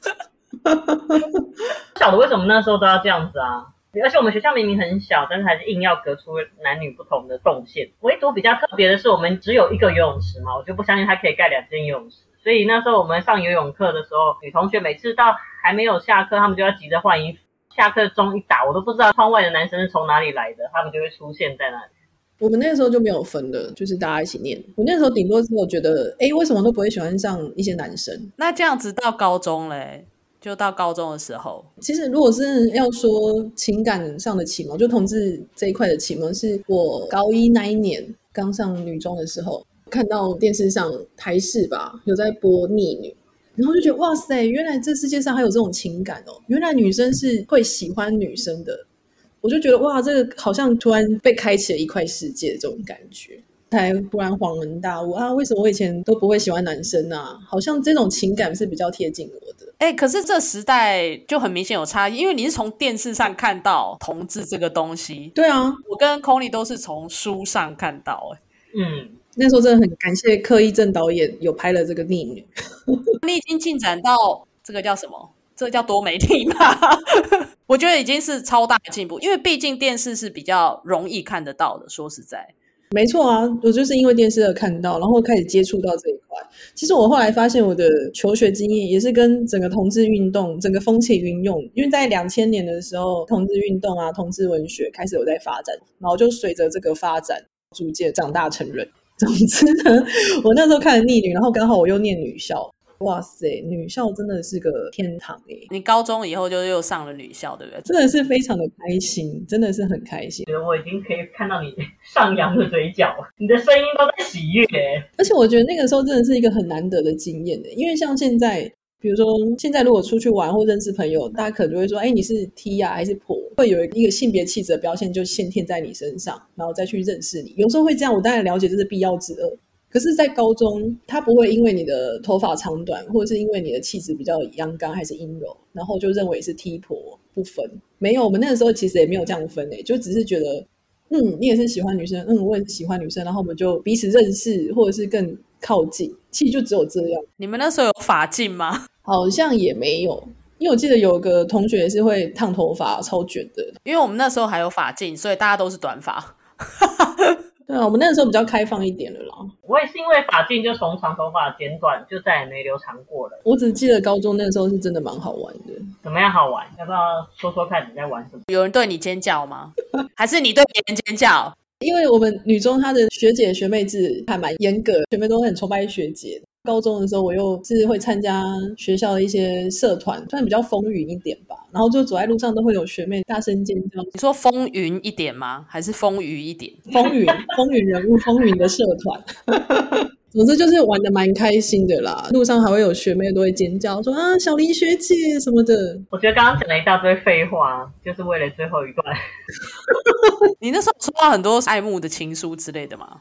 不晓得为什么那时候都要这样子啊，而且我们学校明明很小，但是还是硬要隔出男女不同的动线。唯独比较特别的是，我们只有一个游泳池嘛，我就不相信它可以盖2间游泳池。所以那时候我们上游泳课的时候，女同学每次到还没有下课，他们就要急着换衣服。下课钟一打，我都不知道窗外的男生是从哪里来的，他们就会出现在那里。 我们那个时候就没有分的，就是大家一起念。我那时候顶多是我觉得，为什么都不会喜欢上一些男生？ 那这样子到高中嘞？就到高中的时候， 其实如果是要说情感上的启蒙，就同志这一块的启蒙，是我高一那一年刚上女中的时候，看到电视上台视吧有在播逆女，然后就觉得哇塞，原来这世界上还有这种情感哦，原来女生是会喜欢女生的，我就觉得哇，这个好像突然被开启了一块世界这种感觉，才忽然恍然大悟啊，为什么我以前都不会喜欢男生啊？好像这种情感是比较贴近我的。 可是这时代就很明显有差异，因为你是从电视上看到同志这个东西。 对啊， 我跟 Connie 都是从书上看到。 那时候真的很感谢柯一正导演有拍了这个逆女。 你已经进展到这个叫什么？这个叫多媒体吗？我觉得已经是超大的进步，因为毕竟电视是比较容易看得到的，说实在。 没错啊，我就是因为电视而看到，然后开始接触到这一块。其实我后来发现我的求学经验也是跟整个同志运动整个风起云涌，因为在2000年的时候同志运动啊同志文学开始有在发展，然后就随着这个发展逐渐长大成人。总之呢，我那时候看了逆女，然后刚好我又念女校，哇塞，女校真的是个天堂耶。 你高中以后就又上了女校对不对？ 真的是非常的开心，真的是很开心。 我已经可以看到你上扬的嘴角，你的声音都在喜悦。 而且我觉得那个时候真的是一个很难得的经验，因为像现在比如说现在如果出去玩或认识朋友，大家可能就会说你是 T 啊还是婆，会有一个性别气质的表现就先天在你身上，然后再去认识你，有时候会这样，我当然了解这是必要之恶。可是在高中他不会因为你的头发长短或者是因为你的气质比较阳刚还是阴柔，然后就认为是 T 婆，不分。没有，我们那个时候其实也没有这样分，就只是觉得你也是喜欢女生，我也是喜欢女生，然后我们就彼此认识或者是更靠近，其实就只有这样。 你们那时候有发禁吗？ 好像也没有，因为我记得有个同学是会烫头发超卷的。 因为我们那时候还有发禁，所以大家都是短发。 对啊，我们那个时候比较开放一点了啦。 我也是因为发禁就从长头发剪短，就再也没留长过了。 我只记得高中那个时候是真的蛮好玩的。 怎么样好玩？要不要说说看你在玩什么？ 有人对你尖叫吗？还是你对别人尖叫？ 因为我们女中她的学姐学妹制还蛮严格，学妹都很崇拜学姐。高中的时候我又是会参加学校的一些社团，算比较风云一点吧，然后就走在路上都会有学妹大声尖叫。 你说风云一点吗？还是风雨一点？ 风云人物，风云的社团。总之就是玩得蛮开心的啦，路上还会有学妹都会尖叫说啊小林学姐什么的。 我觉得刚刚讲了一大堆废话，就是为了最后一段。 你那时候收到很多爱慕的情书之类的吗？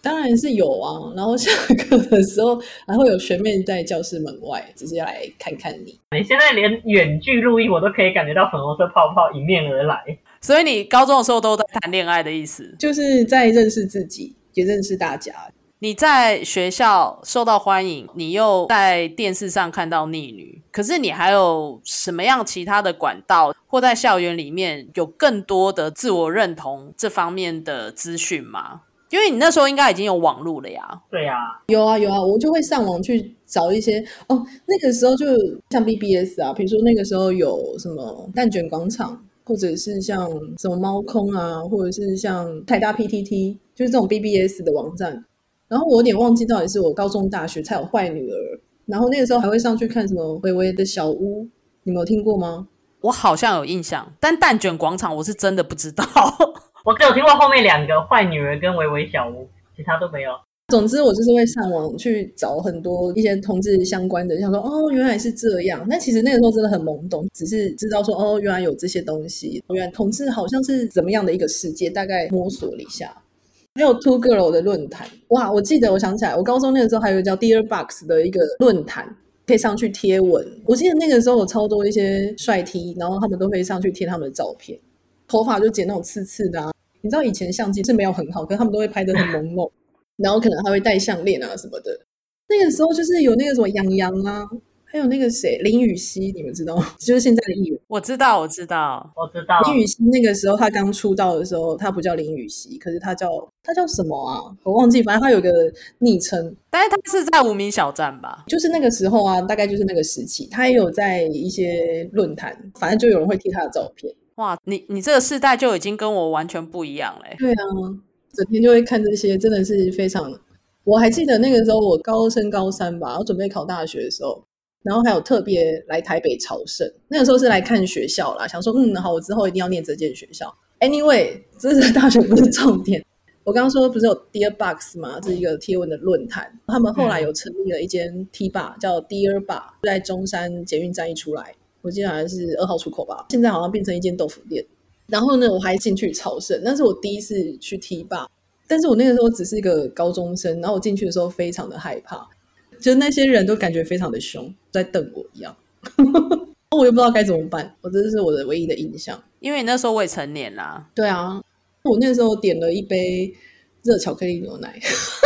当然是有啊，然后下课的时候还会有学妹在教室门外直接来看看你。 你现在连远距录音我都可以感觉到粉红色泡泡迎面而来。 所以你高中的时候都在谈恋爱的意思？ 就是在认识自己，也认识大家。 你在学校受到欢迎，你又在电视上看到逆女，可是你还有什么样其他的管道，或在校园里面有更多的自我认同这方面的资讯吗？因为你那时候应该已经有网络了呀。 对啊， 有啊，我就会上网去找一些那个时候就像 BBS 啊，比如说那个时候有什么蛋卷广场，或者是像什么猫空啊，或者是像台大 PTT， 就是这种 BBS 的网站。然后我有点忘记到底是我高中大学才有坏女儿，然后那个时候还会上去看什么微微的小屋，你们有听过吗？ 我好像有印象，但蛋卷广场我是真的不知道。 我只有听过后面两个坏女儿跟微微小屋，其他都没有。 总之我就是会上网去找很多一些同志相关的，想说原来是这样。但其实那个时候真的很懵懂，只是知道说原来有这些东西，原来同志好像是怎么样的一个世界，大概摸索了一下。还有 Two Girl 的论坛，哇，我记得我想起来，我高中那个时候还有叫 Dear Box 的一个论坛，可以上去贴文。我记得那个时候有超多一些帅 T， 然后他们都会上去贴他们的照片，头发就剪那种刺刺的啊。你知道以前相机是没有很好，可是他们都会拍得很朦胧，然后可能还会戴项链啊什么的。那个时候就是有那个什么杨洋啊，还有那个谁林予晞，你们知道吗？就是现在的艺人。 我知道林予晞那个时候他刚出道的时候，他不叫林予晞，可是他叫什么啊？我忘记，反正他有个昵称， 但是他是在无名小站吧？ 就是那个时候啊，大概就是那个时期，他也有在一些论坛，反正就有人会贴他的照片。 哇，你这个世代就已经跟我完全不一样嘞。 对啊，整天就会看这些，真的是非常。我还记得那个时候我高升高3吧，我准备考大学的时候，然后还有特别来台北朝圣，那个时候是来看学校啦，想说好，我之后一定要念这间学校。Anyway， 这是大学不是重点。我刚刚说不是有 Dear Box 吗？这是一个贴文的论坛，他们后来有成立了一间 T bar 叫 Dear Bar， 在中山捷运站一出来，我记得好像是2号出口吧，现在好像变成一间豆腐店。然后呢，我还进去朝圣，那是我第一次去 T bar， 但是我那个时候只是一个高中生，然后我进去的时候非常的害怕，就那些人都感觉非常的凶，在瞪我一样。我又不知道该怎么办，这是我的唯一的印象。 因为你那时候未成年啦。 对啊，我那时候点了一杯热巧克力牛奶。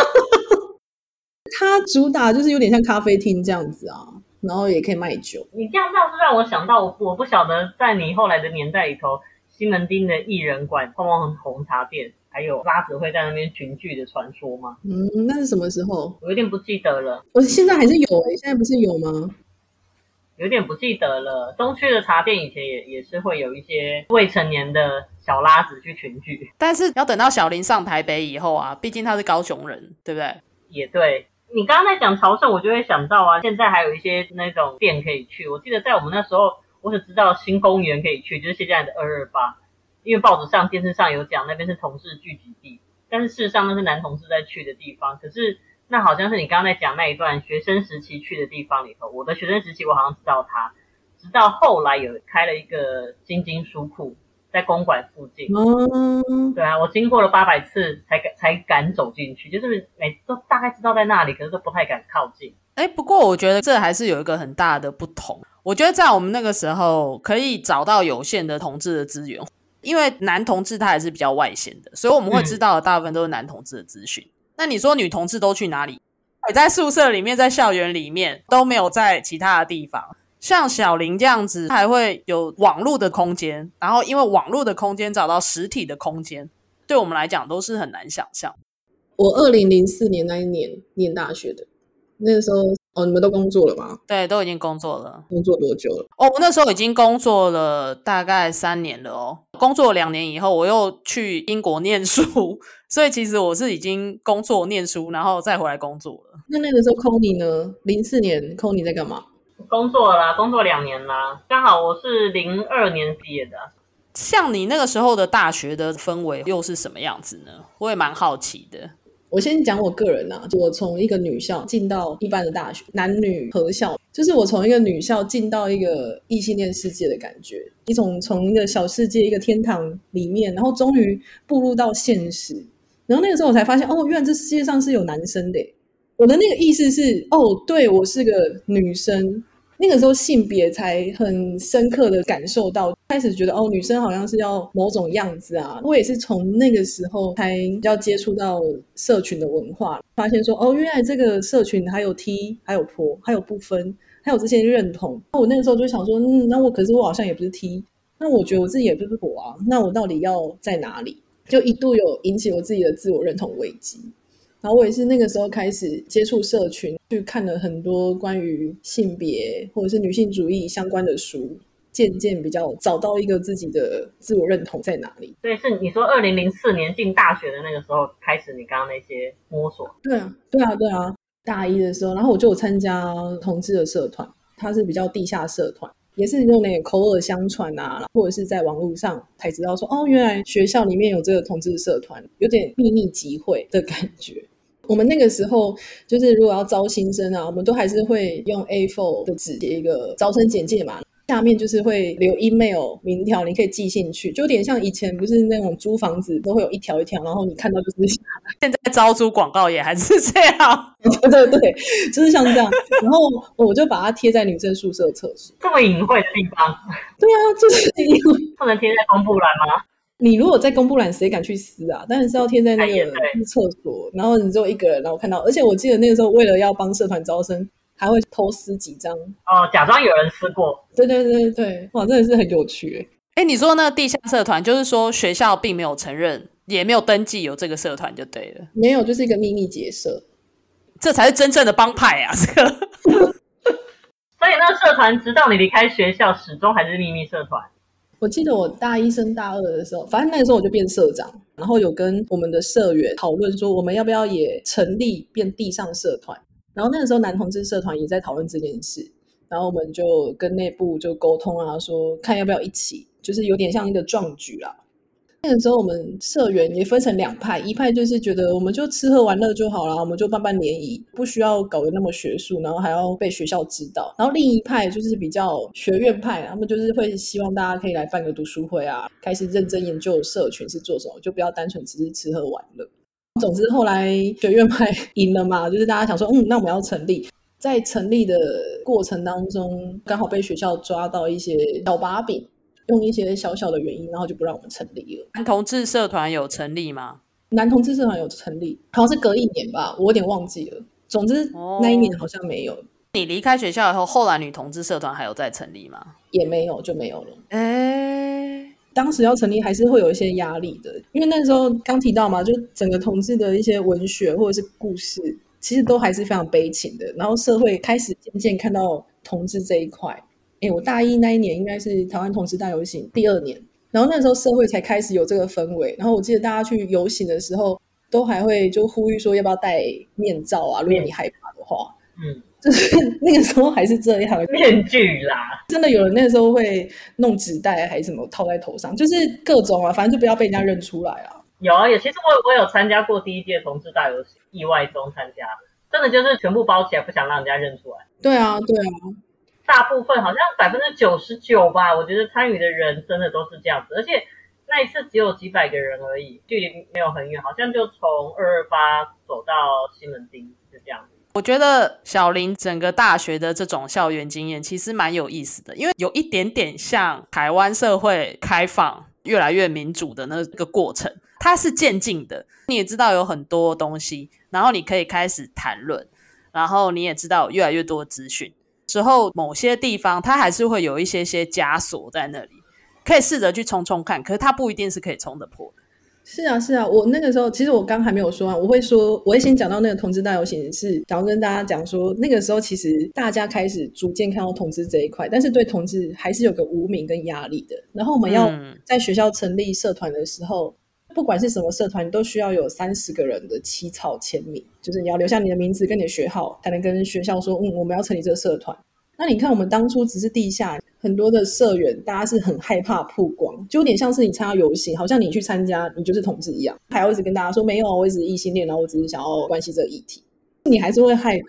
它主打就是有点像咖啡厅这样子啊，然后也可以卖酒。 你这样倒是让我想到，我不晓得在你后来的年代里头，西门町的艺人馆、碰碰红茶店还有拉子会在那边群聚的传说吗？ 那是什么时候？ 我有点不记得了。 我现在还是有现在不是有吗？ 有点不记得了。东区的茶店以前也是会有一些未成年的小拉子去群聚， 但是要等到小林上台北以后啊，毕竟他是高雄人，对不对？ 也对。你刚刚在讲朝圣，我就会想到啊，现在还有一些那种店可以去。我记得在我们那时候，我只知道新公园可以去，就是现在的228，因为报纸上、电视上有讲那边是同志聚集地，但是事实上那是男同志在去的地方。可是那好像是你刚刚在讲那一段学生时期去的地方里头，我的学生时期我好像知道它，直到后来有开了一个晶晶书库在公馆附近。对啊，我经过了800次才敢走进去，就是都大概知道在那里，可是都不太敢靠近。 不过我觉得这还是有一个很大的不同。我觉得在我们那个时候可以找到有限的同志的资源，因为男同志他还是比较外显的，所以我们会知道的大部分都是男同志的资讯。那你说女同志都去哪里？在宿舍里面，在校园里面，都没有在其他的地方。像小林这样子还会有网络的空间，然后因为网络的空间找到实体的空间，对我们来讲都是很难想象。 我2004年那一年念大学的，那个时候你们都工作了吗？ 对，都已经工作了。 工作多久了？ 我那时候已经工作了大概3年了哦。工作2年以后，我又去英国念书，所以其实我是已经工作念书，然后再回来工作了。 那个时候 Connie 呢？04年 Connie 在干嘛？ 工作啦，工作2年啦，刚好我是02年毕业的。 像你那个时候的大学的氛围又是什么样子呢？我也蛮好奇的。 我先讲我个人啊，就我从一个女校进到一般的大学，男女合校，就是我从一个女校进到一个异性恋世界的感觉，从一个小世界一个天堂里面，然后终于步入到现实， 然后那个时候我才发现，哦，原来这世界上是有男生的耶。我的那个意识是，哦，对，我是个女生。那个时候性别才很深刻的感受到，开始觉得哦，女生好像是要某种样子啊。我也是从那个时候才比较接触到社群的文化，发现说哦，原来这个社群还有 T 还有婆还有不分还有这些认同。我那个时候就想说那可是我好像也不是 T， 那我觉得我自己也不是婆啊，那我到底要在哪里？就一度有引起我自己的自我认同危机。然后我也是那个时候开始接触社群，去看了很多关于性别或者是女性主义相关的书，渐渐比较找到一个自己的自我认同在哪里。 所以是你说2004年进大学的那个时候开始你刚刚那些摸索？ 对啊，大一的时候，然后我就有参加同志的社团，它是比较地下社团，也是用那个口耳相传啊，或者是在网络上才知道说哦，原来学校里面有这个同志社团，有点秘密集会的感觉。我们那个时候就是如果要招新生啊，我们都还是会用 A4 的纸写一个招生简介嘛，下面就是会留 email 名条，你可以寄信去，就有点像以前不是那种租房子都会有一条一条，然后你看到就是现在招租广告也还是这样对，就是像这样。然后我就把它贴在女生宿舍厕所， 这么隐晦的地方。 对啊，就是因为不能贴在公布栏吗？ 你如果在公布栏谁敢去撕啊？当然是要贴在那个厕所，然后你只有一个人，然后看到。而且我记得那个时候为了要帮社团招生，还会偷撕几张假装有人撕过。 对，哇，真的是很有趣欸。你说那个地下社团，就是说学校并没有承认，也没有登记有这个社团就对了。 没有，就是一个秘密结社， 这才是真正的帮派啊！这个。 所以那个社团直到你离开学校，始终还是秘密社团。 我记得我大一升大二的时候，反正那个时候我就变社长，然后有跟我们的社员讨论说，我们要不要也成立变地上社团。然后那个时候男同志社团也在讨论这件事，然后我们就跟内部就沟通啊，说看要不要一起，就是有点像一个壮举啦。那个时候我们社员也分成两派，一派就是觉得我们就吃喝玩乐就好了，我们就办联谊，不需要搞得那么学术，然后还要被学校知道。然后另一派就是比较学院派，他们就是会希望大家可以来办个读书会啊，开始认真研究社群是做什么，就不要单纯只是吃喝玩乐。总之后来学院派赢了嘛，就是大家想说那我们要成立。在成立的过程当中，刚好被学校抓到一些小把柄，用一些小小的原因，然后就不让我们成立了。 男同志社团有成立吗？ 男同志社团有成立，好像是隔一年吧，我有点忘记了。总之那一年好像没有。 你离开学校以后，后来女同志社团还有再成立吗？ 也没有，就没有了。当时要成立还是会有一些压力的，因为那时候刚提到嘛，就整个同志的一些文学或者是故事，其实都还是非常悲情的。然后社会开始渐渐看到同志这一块。我大一那一年应该是台湾同志大游行第2年，然后那时候社会才开始有这个氛围。然后我记得大家去游行的时候，都还会就呼吁说要不要戴面罩啊，如果你害怕的话。就是那个时候还是这样， 面具啦， 真的有人那个时候会弄纸袋还是什么套在头上，就是各种啊，反正就不要被人家认出来啊。 有啊，其实我有参加过第1届同志大游行，意外中参加，真的就是全部包起来，不想让人家认出来。 对啊， 大部分好像99%吧，我觉得参与的人真的都是这样子，而且那一次只有几百个人而已，距离没有很远，好像就从228走到西门町，就这样子。 我觉得小林整个大学的这种校园经验其实蛮有意思的，因为有一点点像台湾社会开放越来越民主的那个过程，它是渐进的。你也知道有很多东西，然后你可以开始谈论，然后你也知道越来越多资讯之后，某些地方它还是会有一些枷锁在那里，可以试着去冲冲看，可是它不一定是可以冲得破的。 是啊，我那个时候其实我刚还没有说完，我会先讲到那个同志大游行，是想要跟大家讲说，那个时候其实大家开始逐渐看到同志这一块，但是对同志还是有个无名跟压力的。然后我们要在学校成立社团的时候，不管是什么社团，你都需要有30个人的起草签名，就是你要留下你的名字跟你的学号，才能跟学校说我们要成立这个社团。那你看我们当初只是地下，很多的社员大家是很害怕曝光，就有点像是你参加游行，好像你去参加你就是同志一样，还要一直跟大家说没有，我一直异性恋，然后我只是想要关系这个议题，你还是会害怕。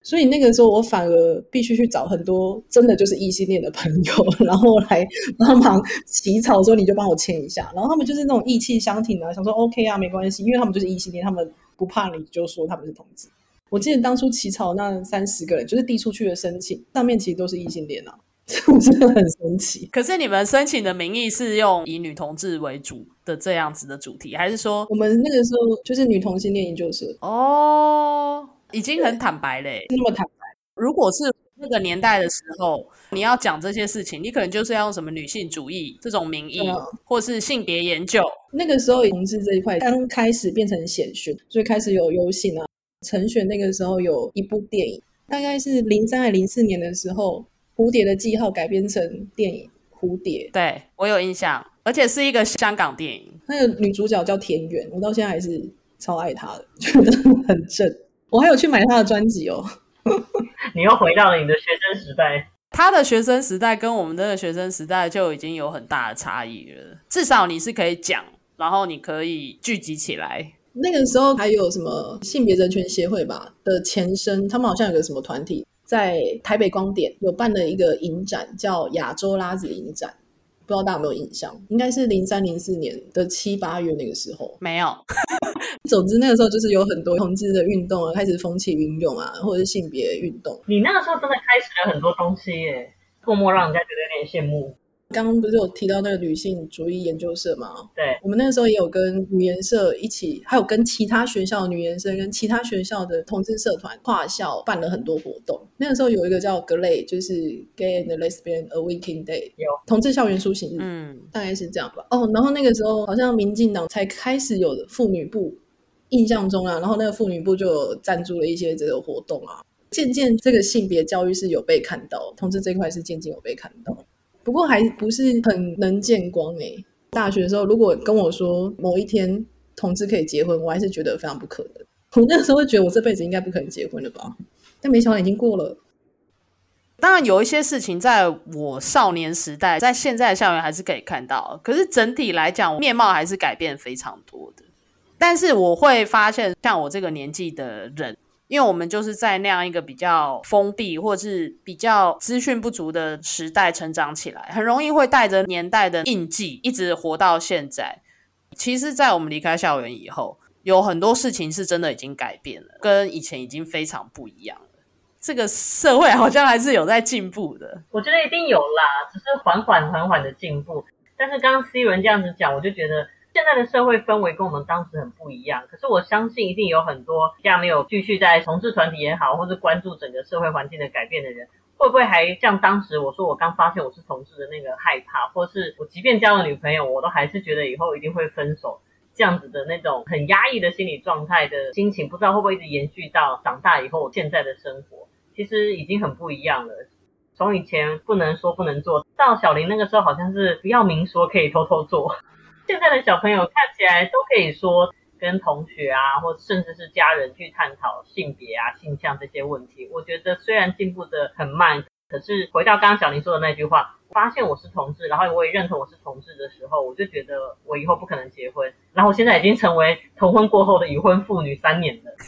所以那个时候我反而必须去找很多真的就是异性恋的朋友，然后来帮忙起草说你就帮我签一下，然后他们就是那种意气相挺啊，想说 OK 啊没关系，因为他们就是异性恋，他们不怕你就说他们是同志。我记得当初起草那30个人就是递出去的申请上面其实都是异性恋啊，我真的很神奇。 可是你们申请的名义是用以女同志为主的这样子的主题，还是说我们那个时候就是女同性恋研究社？ 哦，已经很坦白嘞， 那么坦白。 如果是那个年代的时候，你要讲这些事情，你可能就是要用什么女性主义这种名义，或是性别研究。 那个时候同志这一块刚开始变成显学，所以开始有游行啊。陈选那个时候有一部电影，大概是03还04年的时候，蝴蝶的记号改编成电影蝴蝶。 对，我有印象，而且是一个香港电影。 那个女主角叫田园，我到现在还是超爱她的，觉得很正。我还有去买她的专辑哦。 你又回到了你的学生时代。 她的学生时代跟我们的学生时代就已经有很大的差异了，至少你是可以讲，然后你可以聚集起来。 那个时候还有什么性别人权协会吧的前身，他们好像有个什么团体在台北光点有办了一个影展，叫亚洲拉子影展，不知道大家有没有印象？应该是03、04年的7、8月那个时候。 没有。 总之那个时候就是有很多同志的运动啊，开始风起云涌啊，或者是性别运动。 你那个时候真的开始了很多东西耶，默默让人家觉得有点羡慕。 刚刚不是有提到那个女性主义研究社吗？ 对， 我们那个时候也有跟女研社一起，还有跟其他学校的女研社跟其他学校的同志社团跨校办了很多活动。那个时候有一个叫 GLAY， 就是 Gay and Lesbian Awakening Day， 有同志校园苏醒日，大概是这样吧。然后那个时候好像民进党才开始有妇女部，印象中啊，然后那个妇女部就有赞助了一些这个活动啊，渐渐这个性别教育是有被看到，同志这一块是渐渐有被看到。不过还不是很能见光欸。大学的时候如果跟我说某一天同志可以结婚，我还是觉得非常不可能。我那时候会觉得我这辈子应该不可能结婚了吧，但没想到已经过了。 当然有一些事情在我少年时代在现在的校园还是可以看到，可是整体来讲面貌还是改变非常多的。但是我会发现像我这个年纪的人，因为我们就是在那样一个比较封闭或是比较资讯不足的时代成长起来，很容易会带着年代的印记一直活到现在。其实在我们离开校园以后，有很多事情是真的已经改变了，跟以前已经非常不一样了。这个社会好像还是有在进步的。 我觉得一定有啦，只是缓缓的进步。但是刚刚 C 人这样子讲，我就觉得现在的社会氛围跟我们当时很不一样，可是我相信一定有很多这样没有继续在同志团体也好，或是关注整个社会环境的改变的人，会不会还像当时我说我刚发现我是同志的那个害怕，或是我即便交了女朋友，我都还是觉得以后一定会分手，这样子的那种很压抑的心理状态的心情，不知道会不会一直延续到长大以后现在的生活，其实已经很不一样了。从以前不能说不能做，到小林那个时候好像是不要明说，可以偷偷做。现在的小朋友看起来都可以说跟同学啊，或甚至是家人去探讨性别啊、性向这些问题。我觉得虽然进步的很慢，可是回到刚刚小林说的那句话，发现我是同志，然后我也认同我是同志的时候，我就觉得我以后不可能结婚，然后我现在已经成为同婚过后的已婚妇女3年了。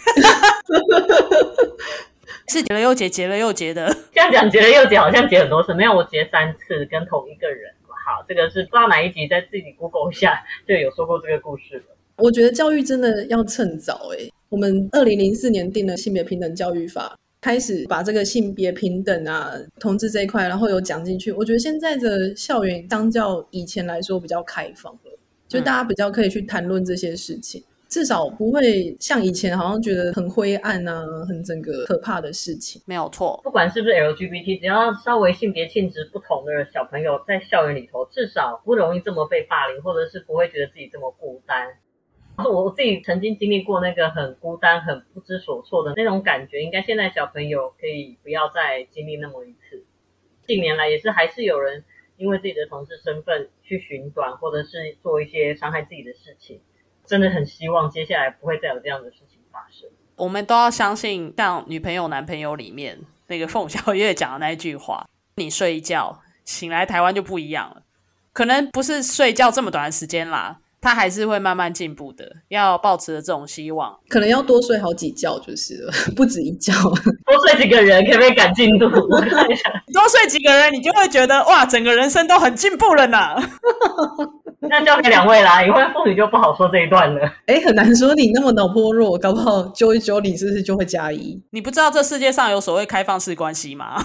是结了又结，结了又结的。 这样讲结了又结，好像结很多次，没有，我结3次跟同一个人。好，这个是不知道哪一集，在自己 Google 一下就有说过这个故事了。 我觉得教育真的要趁早我们2004年定了性别平等教育法，开始把这个性别平等啊、同志这一块，然后有讲进去。我觉得现在的校园相较以前来说比较开放了，就大家比较可以去谈论这些事情。至少不会像以前好像觉得很灰暗啊，很整个可怕的事情。 没有错， 不管是不是 LGBT， 只要稍微性别气质不同的小朋友在校园里头，至少不容易这么被霸凌，或者是不会觉得自己这么孤单。我自己曾经经历过那个很孤单、很不知所措的那种感觉，应该现在小朋友可以不要再经历那么一次。近年来也是还是有人因为自己的同志身份去寻短，或者是做一些伤害自己的事情。真的很希望接下来不会再有这样的事情发生。 我们都要相信像女朋友男朋友里面那个凤小岳讲的那一句话，你睡一觉醒来台湾就不一样了。可能不是睡觉这么短的时间啦， 他还是会慢慢进步的，要抱持着这种希望。 可能要多睡好几觉就是了，不止一觉。 多睡几个人可不可以赶进度？我看一下， 多睡几个人，你就会觉得哇，整个人生都很进步了呢。 那交给两位啦，已婚妇女就不好说这一段了。 很难说你那么脑波弱，搞不好揪一揪你是不是就会加一？ 你不知道这世界上有所谓开放式关系吗？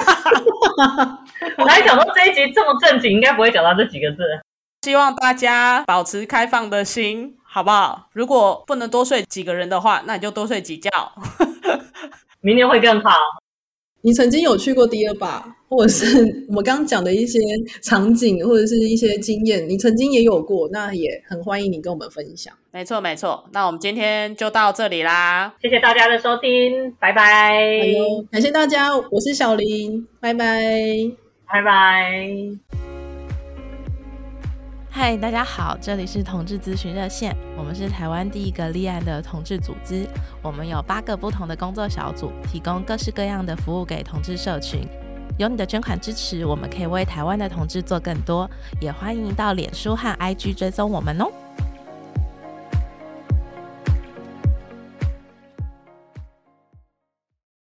我还想说这一集这么正经，应该不会讲到这几个字。 希望大家保持开放的心，好不好？如果不能多睡几个人的话，那你就多睡几觉。 明年会更好。 你曾经有去过第二把，或者是我们刚刚讲的一些场景，或者是一些经验，你曾经也有过，那也很欢迎你跟我们分享。 没错没错，那我们今天就到这里啦， 谢谢大家的收听，拜拜。 感谢大家，我是小林，拜拜， 拜拜。 嗨，大家好，这里是同志咨询热线，我们是台湾第一个立案的同志组织，我们有8个不同的工作小组，提供各式各样的服务给同志社群。有你的捐款支持，我们可以为台湾的同志做更多，也欢迎到脸书和 IG 追踪我们哦。